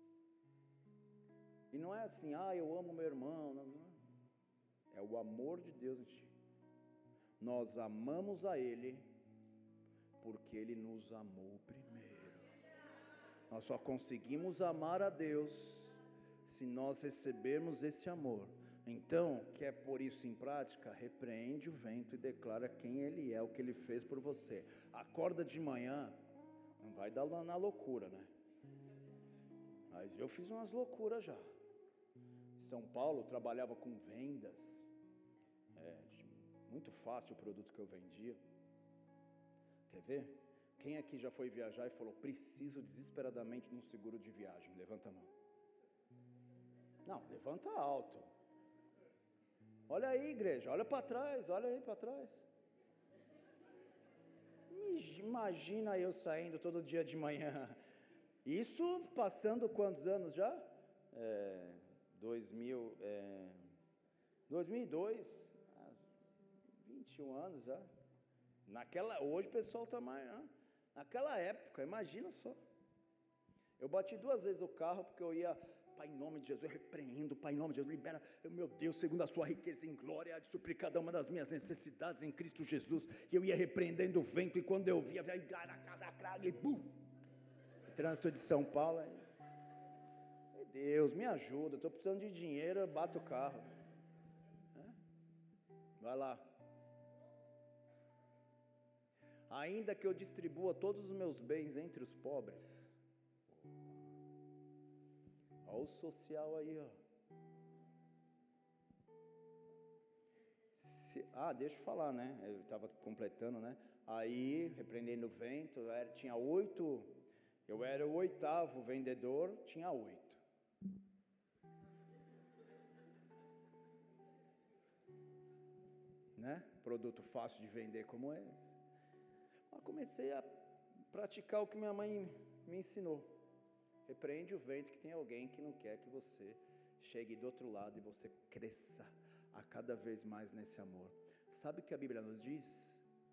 E não é assim, ah, eu amo meu irmão, não, não. É o amor de Deus em ti. Nós amamos a Ele porque Ele nos amou primeiro. Nós só conseguimos amar a Deus se nós recebermos esse amor. Então, quer pôr isso em prática? Repreende o vento e declara quem Ele é, o que Ele fez por você. Acorda de manhã, não vai dar na loucura, né? Mas eu fiz umas loucuras já. São Paulo trabalhava com vendas. É, muito fácil o produto que eu vendia. Quer ver? Quem aqui já foi viajar e falou, preciso desesperadamente de um seguro de viagem? Levanta a mão. Não, levanta alto. Olha aí, igreja, olha para trás, olha aí para trás. Imagina eu saindo todo dia de manhã. Isso passando quantos anos já? É, dois mil, é, dois mil e dois, vinte e um anos já. Naquela, hoje o pessoal está mais, né? Naquela época, imagina só. Eu bati duas vezes o carro porque eu ia, Pai, em nome de Jesus, eu repreendo, Pai, em nome de Jesus, libera, meu Deus, segundo a sua riqueza em glória, há de suprir cada uma das minhas necessidades em Cristo Jesus. E eu ia repreendendo o vento, e quando eu via, e bum! Trânsito de São Paulo, aí. Deus, me ajuda, estou precisando de dinheiro, eu bato o carro. Vai lá. Ainda que eu distribua todos os meus bens entre os pobres. Olha o social aí, ó. Se, ah, deixa eu falar, né? Eu estava completando, né? Aí, repreendendo o vento, eu era, tinha oito, eu era o oitavo vendedor, tinha oito. Né? Produto fácil de vender como esse. Mas comecei a praticar o que minha mãe me ensinou. Repreende o vento, que tem alguém que não quer que você chegue do outro lado e você cresça a cada vez mais nesse amor. Sabe o que a Bíblia nos diz?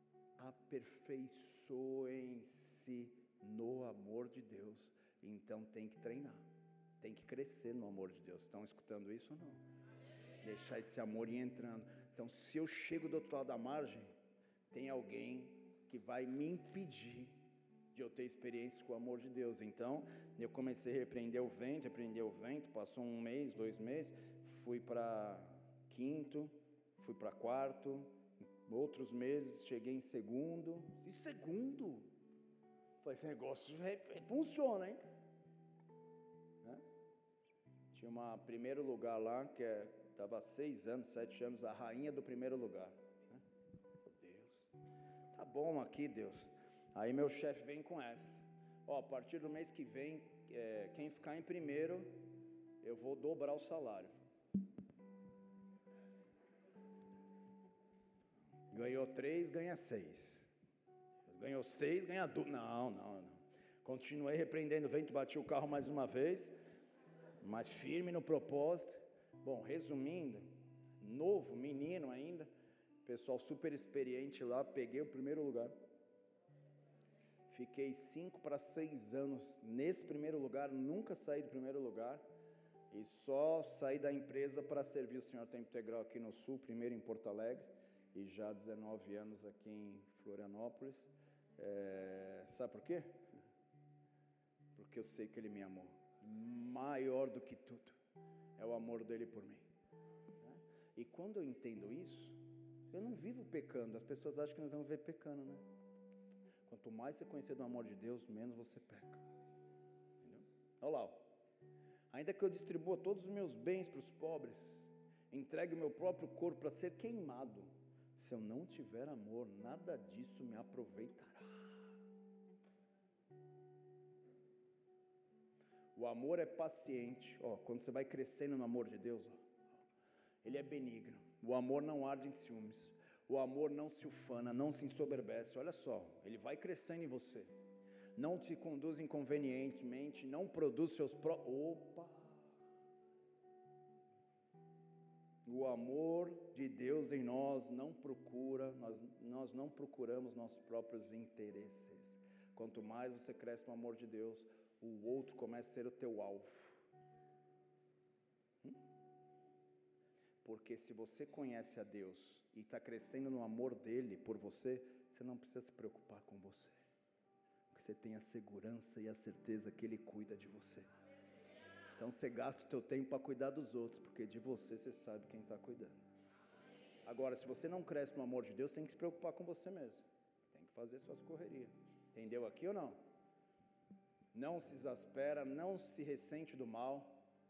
Aperfeiçoem-se no amor de Deus. Então tem que treinar, tem que crescer no amor de Deus. Estão escutando isso ou não? Deixar esse amor ir entrando. Então, se eu chego do outro lado da margem, tem alguém que vai me impedir de eu ter experiências com o amor de Deus. Então, eu comecei a repreender o vento, repreender o vento, passou um mês, dois meses, fui para quinto, fui para quarto, outros meses, cheguei em segundo, e segundo, falei, esse negócio funciona, hein? Né? Tinha um primeiro lugar lá, que é estava há seis anos, sete anos, a rainha do primeiro lugar. Né? Meu Deus, tá bom aqui, Deus. Aí meu chefe vem com essa. Ó, a partir do mês que vem, é, quem ficar em primeiro, eu vou dobrar o salário. Ganhou três, ganha seis. Ganhou seis, ganha duas. Não, não, não. Continuei repreendendo o vento, bati o carro mais uma vez. mas firme no propósito. Bom, resumindo, novo, menino ainda, pessoal super experiente lá, peguei o primeiro lugar. Fiquei cinco para seis anos nesse primeiro lugar, nunca saí do primeiro lugar. E só saí da empresa para servir o Senhor Tempo Integral aqui no Sul, primeiro em Porto Alegre, e já há dezenove anos aqui em Florianópolis. É, sabe por quê? Porque eu sei que Ele me amou. Maior do que tudo é o amor dEle por mim. E quando eu entendo isso, eu não vivo pecando. As pessoas acham que nós vamos ver pecando, né? Quanto mais você conhecer do amor de Deus, menos você peca. Entendeu? Olha lá, ó. Ainda que eu distribua todos os meus bens para os pobres, entregue o meu próprio corpo para ser queimado, se eu não tiver amor, nada disso me aproveitará. O amor é paciente. Ó, quando você vai crescendo no amor de Deus, ó, Ele é benigno. O amor não arde em ciúmes. O amor não se ufana, não se ensoberbece. Olha só, Ele vai crescendo em você. Não te conduz inconvenientemente, não produz seus próprios... Opa! O amor de Deus em nós não procura, nós, nós não procuramos nossos próprios interesses. Quanto mais você cresce no amor de Deus, o outro começa a ser o teu alvo. Hum? Porque se você conhece a Deus e está crescendo no amor dEle por você, você não precisa se preocupar com você. Porque você tem a segurança e a certeza que Ele cuida de você. Então você gasta o teu tempo para cuidar dos outros, porque de você você sabe quem está cuidando. Agora, se você não cresce no amor de Deus, tem que se preocupar com você mesmo. Tem que fazer suas correrias. Entendeu aqui ou não? Não se exaspera, não se ressente do mal,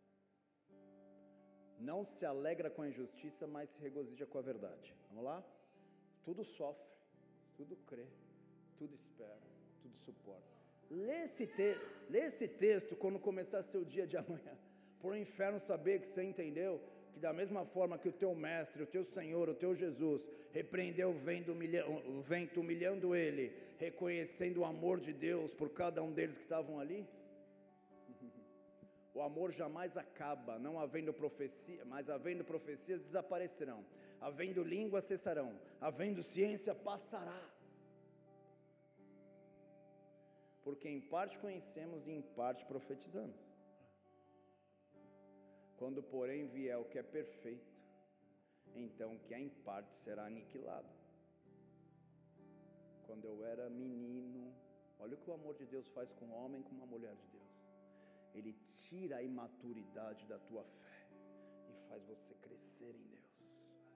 não se alegra com a injustiça, mas se regozija com a verdade. Vamos lá? Tudo sofre, tudo crê, tudo espera, tudo suporta. Lê esse, te- lê esse texto quando começar seu dia de amanhã, para o inferno saber que você entendeu, que da mesma forma que o teu mestre, o teu Senhor, o teu Jesus, repreendeu o vento, humilha- o vento humilhando ele, reconhecendo o amor de Deus por cada um deles que estavam ali. O amor jamais acaba, não havendo profecia, mas havendo profecias desaparecerão, havendo língua cessarão, havendo ciência passará. Porque em parte conhecemos e em parte profetizamos. Quando porém vier o que é perfeito, então o que é em parte será aniquilado. Quando eu era menino, olha o que o amor de Deus faz com um homem e com uma mulher de Deus. Ele tira a imaturidade da tua fé e faz você crescer em Deus.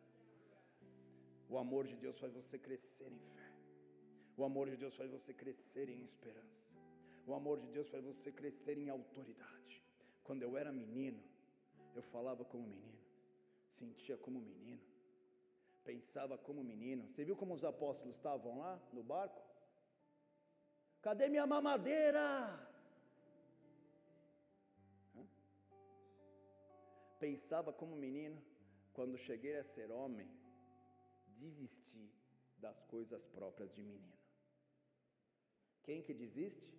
O amor de Deus faz você crescer em fé. O amor de Deus faz você crescer em esperança. O amor de Deus faz você crescer em autoridade. Quando eu era menino, eu falava como menino, sentia como menino, pensava como menino. Você viu como os apóstolos estavam lá no barco? Cadê minha mamadeira? Hã? Pensava como menino. Quando cheguei a ser homem, desisti das coisas próprias de menino. Quem que desiste?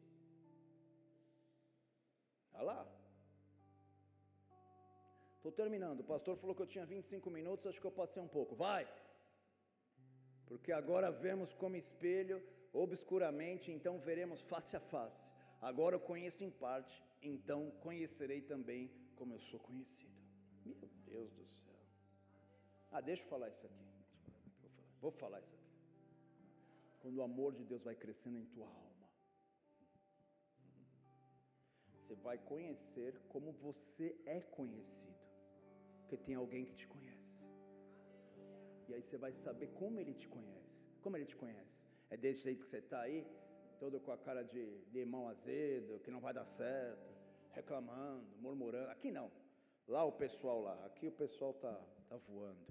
Olha lá. Estou terminando. O pastor falou que eu tinha vinte e cinco minutos, acho que eu passei um pouco. Vai! Porque agora vemos como espelho, obscuramente, então veremos face a face. Agora eu conheço em parte, então conhecerei também como eu sou conhecido. Meu Deus do céu. Ah, deixa eu falar isso aqui. Vou falar isso aqui. Quando o amor de Deus vai crescendo em tua alma, você vai conhecer como você é conhecido. Porque tem alguém que te conhece. E aí você vai saber como ele te conhece. Como ele te conhece? É desse jeito que você está aí, todo com a cara de limão azedo, que não vai dar certo, reclamando, murmurando. Aqui não. Lá o pessoal lá. Aqui o pessoal está tá voando.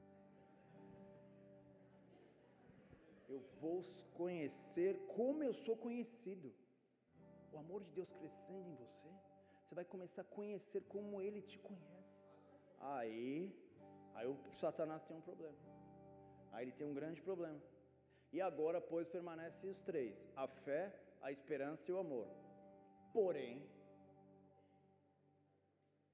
Eu vou conhecer como eu sou conhecido. O amor de Deus crescendo em você, você vai começar a conhecer como Ele te conhece. Aí, aí o Satanás tem um problema. Aí ele tem um grande problema. E agora, pois, permanecem os três: a fé, a esperança e o amor. Porém,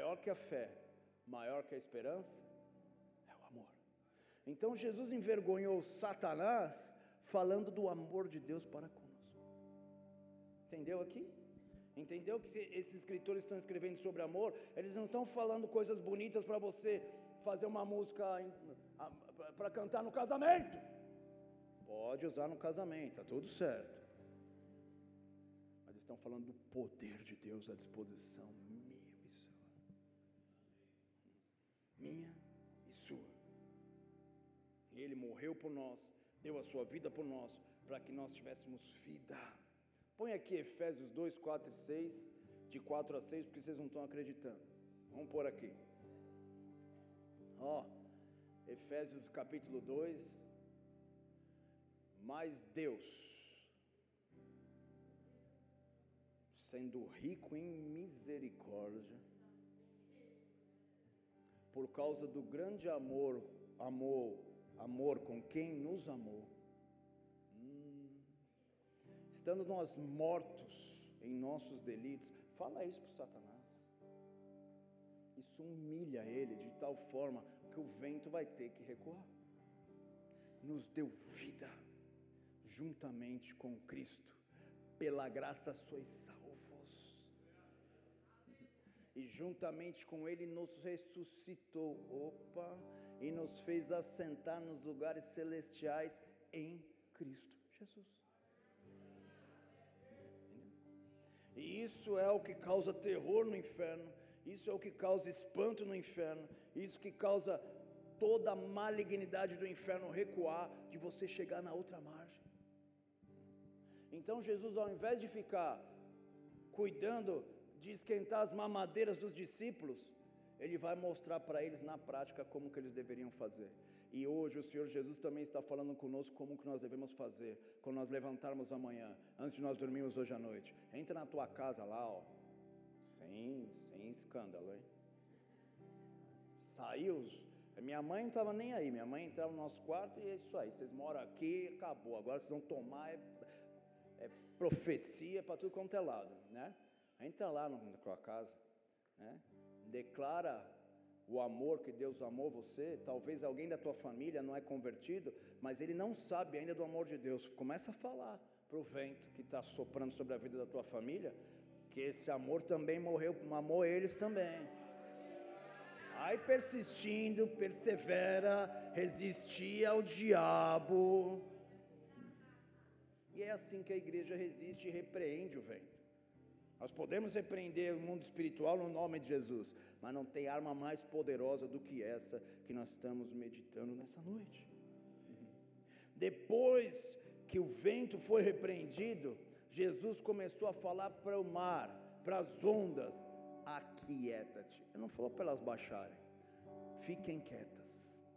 maior que a fé, maior que a esperança, é o amor. Então Jesus envergonhou Satanás falando do amor de Deus para conosco. Entendeu aqui? Entendeu que se esses escritores estão escrevendo sobre amor, eles não estão falando coisas bonitas para você fazer uma música para cantar no casamento. Pode usar no casamento, está tudo certo. Mas estão falando do poder de Deus à disposição minha e sua. Minha e sua. E Ele morreu por nós, deu a sua vida por nós, para que nós tivéssemos vida. Põe aqui Efésios dois, quatro e seis, de quatro a seis, porque vocês não estão acreditando. Vamos pôr aqui. Ó, Efésios capítulo dois. Mas Deus, sendo rico em misericórdia, por causa do grande amor, amor, amor com quem nos amou, hum, estando nós mortos em nossos delitos, fala isso para o Satanás, isso humilha ele de tal forma que o vento vai ter que recuar. Nos deu vida juntamente com Cristo, pela graça sois salvos, e juntamente com Ele nos ressuscitou, opa, e nos fez assentar nos lugares celestiais em Cristo Jesus. E isso é o que causa terror no inferno, isso é o que causa espanto no inferno, isso que causa toda a malignidade do inferno recuar, de você chegar na outra margem. Então Jesus, ao invés de ficar cuidando de esquentar as mamadeiras dos discípulos, Ele vai mostrar para eles na prática como que eles deveriam fazer. E hoje o Senhor Jesus também está falando conosco como que nós devemos fazer, quando nós levantarmos amanhã, antes de nós dormirmos hoje à noite. Entra na tua casa lá, ó, sem, sem escândalo, hein? Saiu, minha mãe não estava nem aí, minha mãe entrava no nosso quarto e é isso aí, vocês moram aqui, acabou, agora vocês vão tomar, é, é profecia para tudo quanto é lado, né? Entra lá na tua casa, né? Declara o amor que Deus amou você. Talvez alguém da tua família não é convertido, mas ele não sabe ainda do amor de Deus. Começa a falar para o vento que está soprando sobre a vida da tua família, que esse amor também morreu, amou eles também. Aí persistindo, persevera, resistir ao diabo. E é assim que a igreja resiste e repreende o vento. Nós podemos repreender o mundo espiritual no nome de Jesus, mas não tem arma mais poderosa do que essa que nós estamos meditando nessa noite. Depois que o vento foi repreendido, Jesus começou a falar para o mar, para as ondas: aquieta-te. Ele não falou para elas baixarem, fiquem quietas.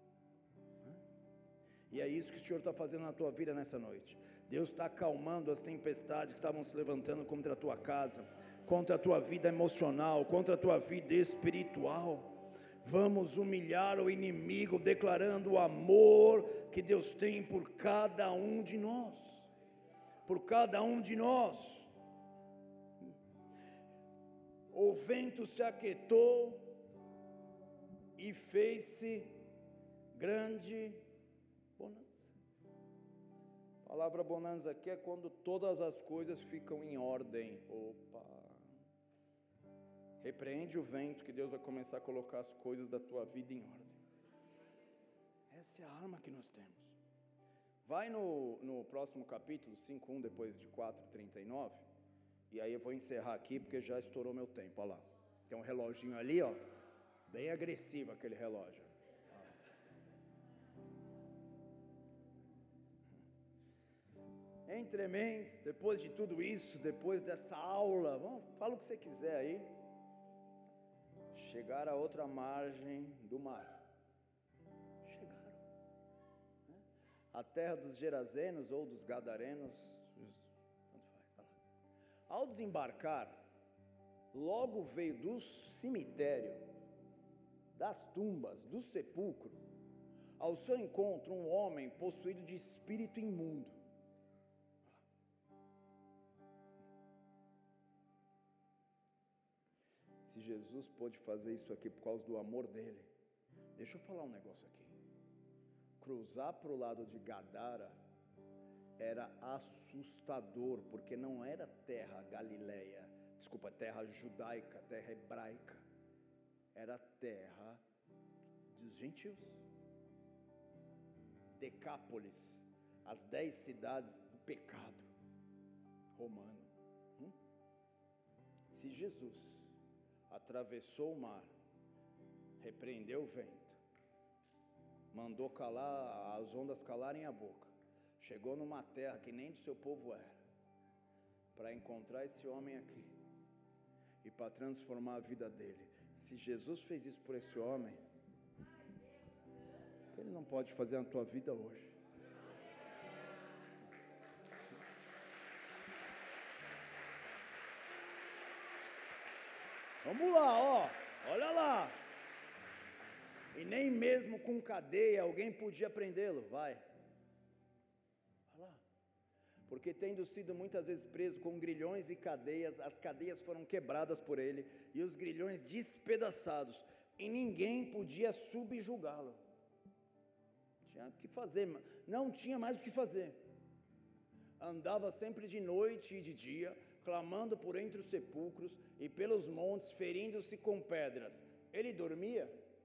E é isso que o Senhor está fazendo na tua vida nessa noite. Deus está acalmando as tempestades que estavam se levantando contra a tua casa, contra a tua vida emocional, contra a tua vida espiritual. Vamos humilhar o inimigo, declarando o amor que Deus tem por cada um de nós, por cada um de nós. O vento se aquietou e fez-se grande bonança. A palavra bonança aqui é quando todas as coisas ficam em ordem. Opa! Repreende o vento, que Deus vai começar a colocar as coisas da tua vida em ordem. Essa é a arma que nós temos. Vai no, no próximo capítulo, cinco um, depois de quatro, trinta e nove. E aí eu vou encerrar aqui, porque já estourou meu tempo. Olha lá, tem um reloginho ali, ó, bem agressivo aquele relógio. Entre mentes, depois de tudo isso, depois dessa aula, vamos, fala o que você quiser aí. Chegar a outra margem do mar. Chegaram, né? A terra dos Gerazenos ou dos Gadarenos, tanto faz, vai lá. Ao desembarcar, logo veio do cemitério, das tumbas, do sepulcro, ao seu encontro um homem possuído de espírito imundo. Se Jesus pôde fazer isso aqui por causa do amor dele, deixa eu falar um negócio aqui. Cruzar para o lado de Gadara era assustador, porque não era terra galileia, desculpa, terra judaica, terra hebraica, era terra dos gentios. Decápolis, as dez cidades do pecado romano. Hum? Se Jesus atravessou o mar, repreendeu o vento, mandou calar, as ondas calarem a boca, chegou numa terra que nem do seu povo era, para encontrar esse homem aqui e para transformar a vida dele. Se Jesus fez isso por esse homem, o que ele não pode fazer na tua vida hoje? Vamos lá, ó, olha lá. E nem mesmo com cadeia alguém podia prendê-lo, vai. Vai lá. Porque tendo sido muitas vezes preso com grilhões e cadeias, as cadeias foram quebradas por ele e os grilhões despedaçados, e ninguém podia subjugá-lo. Tinha o que fazer, não tinha mais o que fazer. Andava sempre de noite e de dia, clamando por entre os sepulcros e pelos montes, ferindo-se com pedras. Ele dormia?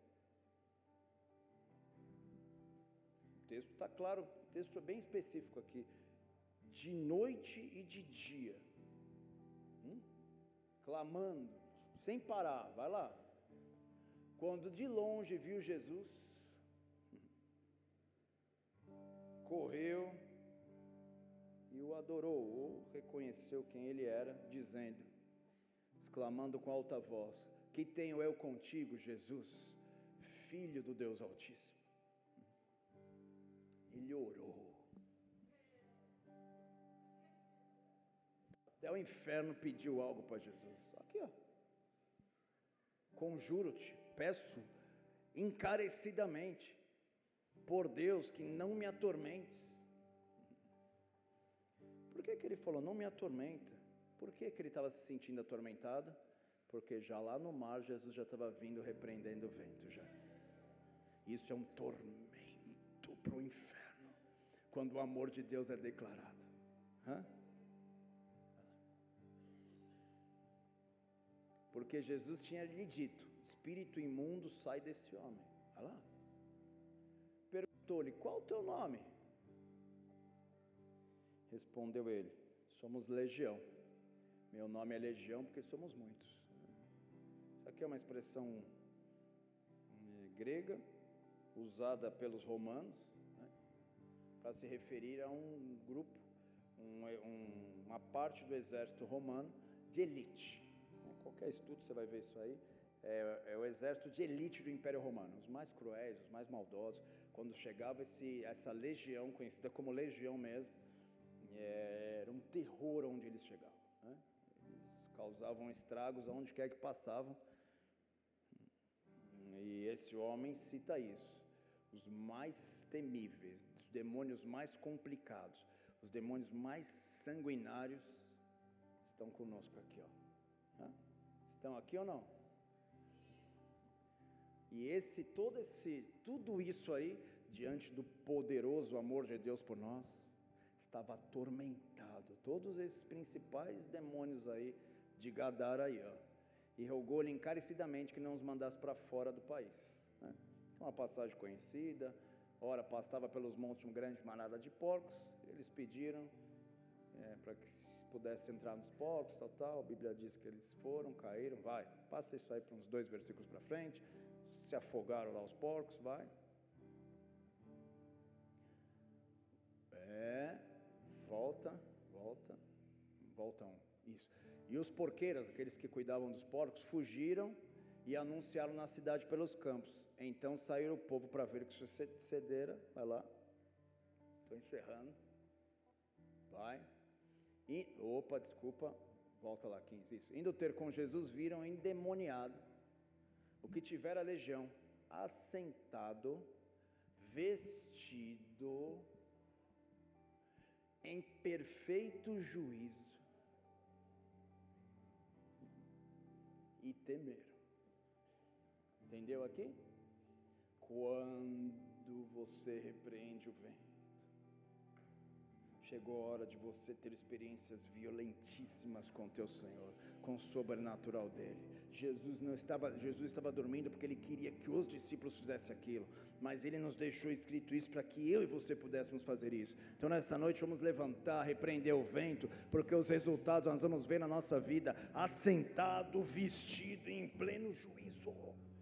O texto está claro, o texto é bem específico aqui. De noite e de dia, hum? Clamando, sem parar, vai lá. Quando de longe viu Jesus, correu e o adorou, ou reconheceu quem ele era, dizendo, exclamando com alta voz: que tenho eu contigo, Jesus, Filho do Deus Altíssimo? Ele orou. Até o inferno pediu algo para Jesus. Aqui, ó. Conjuro-te, peço encarecidamente, por Deus, que não me atormentes. Por que que ele falou, não me atormenta? Por que que ele estava se sentindo atormentado? Porque já lá no mar, Jesus já estava vindo repreendendo o vento já. Isso é um tormento para o inferno, quando o amor de Deus é declarado. Hã? Porque Jesus tinha lhe dito, espírito imundo, sai desse homem. Olha lá. Perguntou-lhe, qual o teu nome? Respondeu ele, somos legião. Meu nome é legião porque somos muitos. Isso aqui é uma expressão grega, usada pelos romanos, né, para se referir a um grupo, um, um, uma parte do exército romano de elite. Qualquer estudo você vai ver isso aí. É, é o exército de elite do Império Romano, os mais cruéis, os mais maldosos. Quando chegava esse, essa legião, conhecida como legião mesmo, é, era um terror onde eles chegavam, né? Eles causavam estragos aonde quer que passavam. E esse homem cita isso. Os mais temíveis, os demônios mais complicados, os demônios mais sanguinários estão conosco aqui, ó. Estão aqui ou não? E esse, todo esse, tudo isso aí, diante do poderoso amor de Deus por nós, estava atormentado, todos esses principais demônios aí, de Gadara aí, ó, e rogou-lhe encarecidamente que não os mandasse para fora do país, né? Uma passagem conhecida, ora pastava pelos montes uma grande manada de porcos, eles pediram é, para que pudesse entrar nos porcos, tal, tal, a Bíblia diz que eles foram, caíram, vai, passa isso aí para uns dois versículos para frente, se afogaram lá os porcos, vai, é, volta, volta, volta um, isso, e os porqueiros, aqueles que cuidavam dos porcos, fugiram e anunciaram na cidade pelos campos, então saíram o povo para ver o que sucedera, vai lá, estou encerrando, vai, E, opa, desculpa, volta lá, quinze, isso. Indo ter com Jesus, viram endemoniado o que tivera a legião, assentado, vestido, em perfeito juízo, e temeram. Entendeu aqui? Quando você repreende o vento, chegou a hora de você ter experiências violentíssimas com teu Senhor, com o sobrenatural dele. Jesus não estava, Jesus estava dormindo porque ele queria que os discípulos fizessem aquilo, mas ele nos deixou escrito isso para que eu e você pudéssemos fazer isso. Então nessa noite vamos levantar, repreender o vento, porque os resultados nós vamos ver na nossa vida, assentado, vestido em pleno juízo.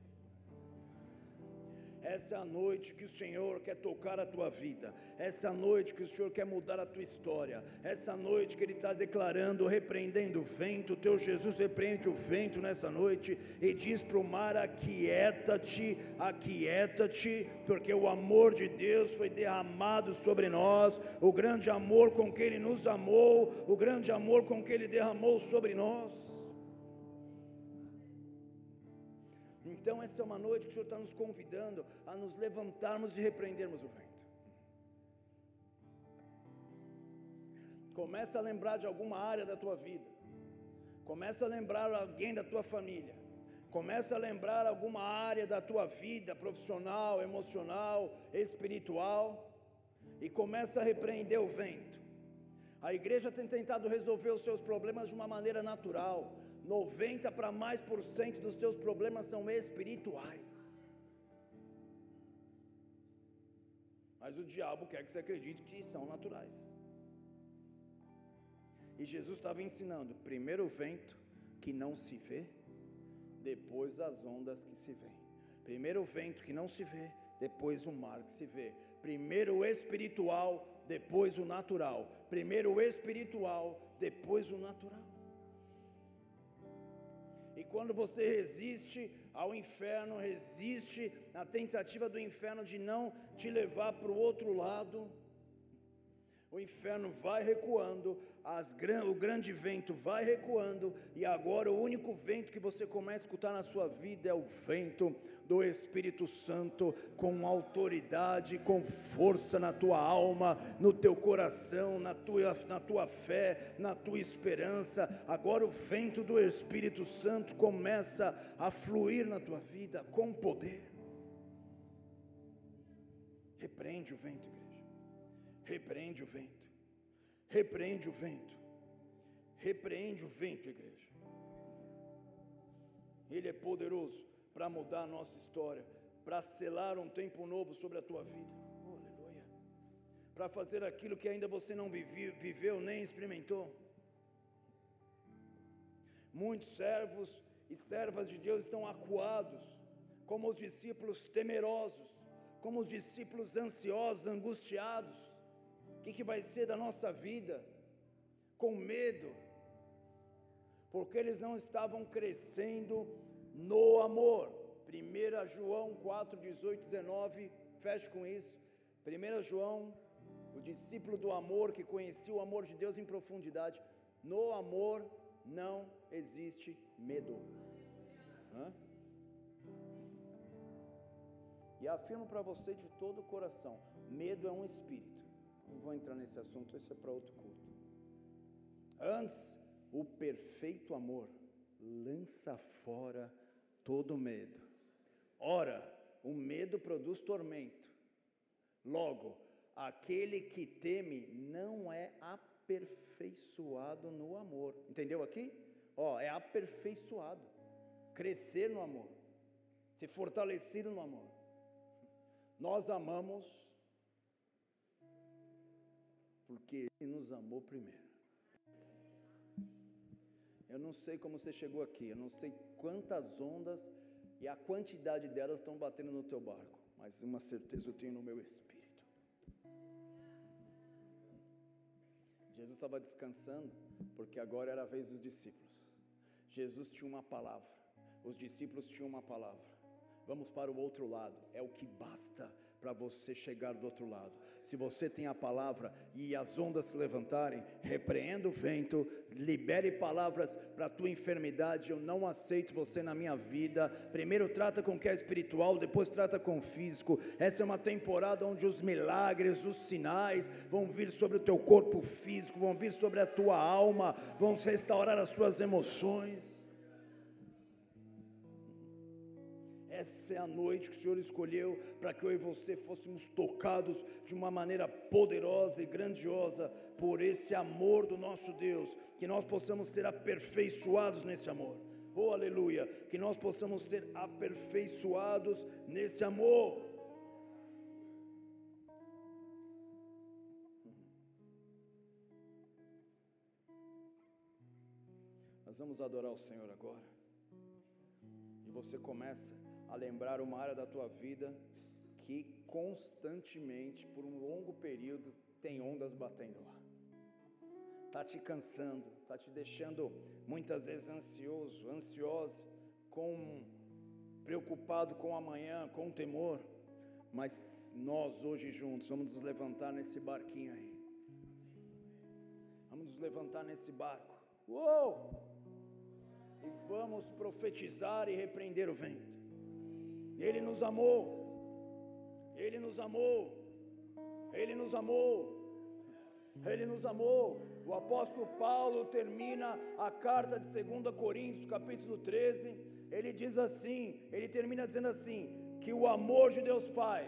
Essa é a noite que o Senhor quer tocar a tua vida. Essa é a noite que o Senhor quer mudar a tua história. Essa é a noite que Ele está declarando, repreendendo o vento. O teu Jesus repreende o vento nessa noite e diz para o mar: aquieta-te, aquieta-te, porque o amor de Deus foi derramado sobre nós. O grande amor com que Ele nos amou, o grande amor com que Ele derramou sobre nós. Então essa é uma noite que o Senhor está nos convidando a nos levantarmos e repreendermos o vento. Começa a lembrar de alguma área da tua vida. Começa a lembrar alguém da tua família. Começa a lembrar alguma área da tua vida profissional, emocional, espiritual. E começa a repreender o vento. A igreja tem tentado resolver os seus problemas de uma maneira natural. noventa para mais por cento dos teus problemas são espirituais. Mas o diabo quer que você acredite que são naturais. E Jesus estava ensinando: primeiro o vento que não se vê, depois as ondas que se vêem. Primeiro o vento que não se vê, depois o mar que se vê. Primeiro o espiritual, depois o natural. Primeiro o espiritual, depois o natural. E quando você resiste ao inferno, resiste à tentativa do inferno de não te levar para o outro lado, o inferno vai recuando, as, o grande vento vai recuando, e agora o único vento que você começa a escutar na sua vida é o vento do Espírito Santo, com autoridade, com força na tua alma, no teu coração, na tua, na tua fé, na tua esperança. Agora o vento do Espírito Santo começa a fluir na tua vida com poder. Repreende o vento, igreja. Repreende o vento. Repreende o vento. Repreende o vento, igreja. Ele é poderoso para mudar a nossa história, para selar um tempo novo sobre a tua vida. Oh, aleluia. Para fazer aquilo que ainda você não viveu, viveu nem experimentou. Muitos servos e servas de Deus estão acuados, como os discípulos temerosos, como os discípulos ansiosos, angustiados. O que, que vai ser da nossa vida? Com medo, porque eles não estavam crescendo no amor. primeiro João quatro, dezoito, dezenove, feche com isso. primeiro João, o discípulo do amor, que conhecia o amor de Deus em profundidade. No amor não existe medo. Hã? E afirmo para você de todo o coração: medo é um espírito. Não vou entrar nesse assunto, isso é para outro culto. Antes, o perfeito amor lança fora todo medo. Ora, o medo produz tormento. Logo, aquele que teme não é aperfeiçoado no amor. Entendeu aqui? Ó, é aperfeiçoado. Crescer no amor. Ser fortalecido no amor. Nós amamos porque Ele nos amou primeiro. Eu não sei como você chegou aqui, eu não sei quantas ondas e a quantidade delas estão batendo no teu barco, mas uma certeza eu tenho no meu espírito. Jesus estava descansando, porque agora era a vez dos discípulos. Jesus tinha uma palavra, os discípulos tinham uma palavra. Vamos para o outro lado, é o que basta para você chegar do outro lado. Se você tem a palavra e as ondas se levantarem, repreenda o vento, libere palavras para a tua enfermidade. Eu não aceito você na minha vida. Primeiro trata com o que é espiritual, depois trata com o físico. Essa é uma temporada onde os milagres, os sinais vão vir sobre o teu corpo físico, vão vir sobre a tua alma, vão restaurar as tuas emoções. essa é a noite que o Senhor escolheu para que eu e você fôssemos tocados de uma maneira poderosa e grandiosa por esse amor do nosso Deus, que nós possamos ser aperfeiçoados nesse amor. Oh, aleluia, que nós possamos ser aperfeiçoados nesse amor. Nós vamos adorar o Senhor agora. E você começa a lembrar uma área da tua vida que constantemente, por um longo período, tem ondas batendo lá. Está te cansando, está te deixando muitas vezes ansioso, ansiosa, com, preocupado com o amanhã, com o temor. Mas nós hoje juntos vamos nos levantar nesse barquinho aí. Vamos nos levantar nesse barco. Uou! E vamos profetizar e repreender o vento. Ele nos amou, Ele nos amou, Ele nos amou, Ele nos amou. O apóstolo Paulo termina a carta de dois Coríntios, capítulo treze, ele diz assim, ele termina dizendo assim, que o amor de Deus Pai,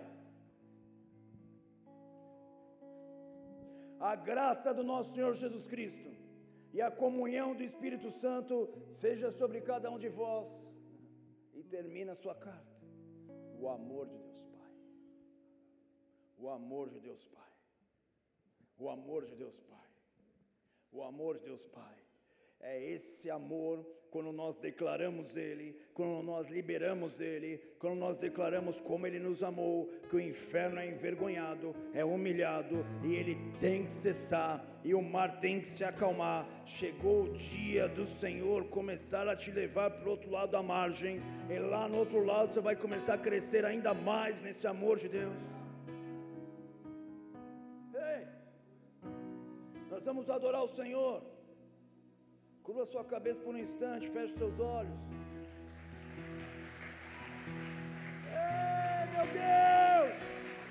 a graça do nosso Senhor Jesus Cristo, e a comunhão do Espírito Santo seja sobre cada um de vós. E termina a sua carta. O amor de Deus Pai. O amor de Deus Pai. O amor de Deus Pai. O amor de Deus Pai. É esse amor, quando nós declaramos Ele, quando nós liberamos Ele, quando nós declaramos como Ele nos amou, que o inferno é envergonhado, é humilhado, e Ele tem que cessar, e o mar tem que se acalmar. Chegou o dia do Senhor começar a te levar para o outro lado da margem, e lá no outro lado você vai começar a crescer ainda mais nesse amor de Deus. Ei, nós vamos adorar o Senhor. Curva sua cabeça por um instante, feche seus olhos. Ei, meu Deus!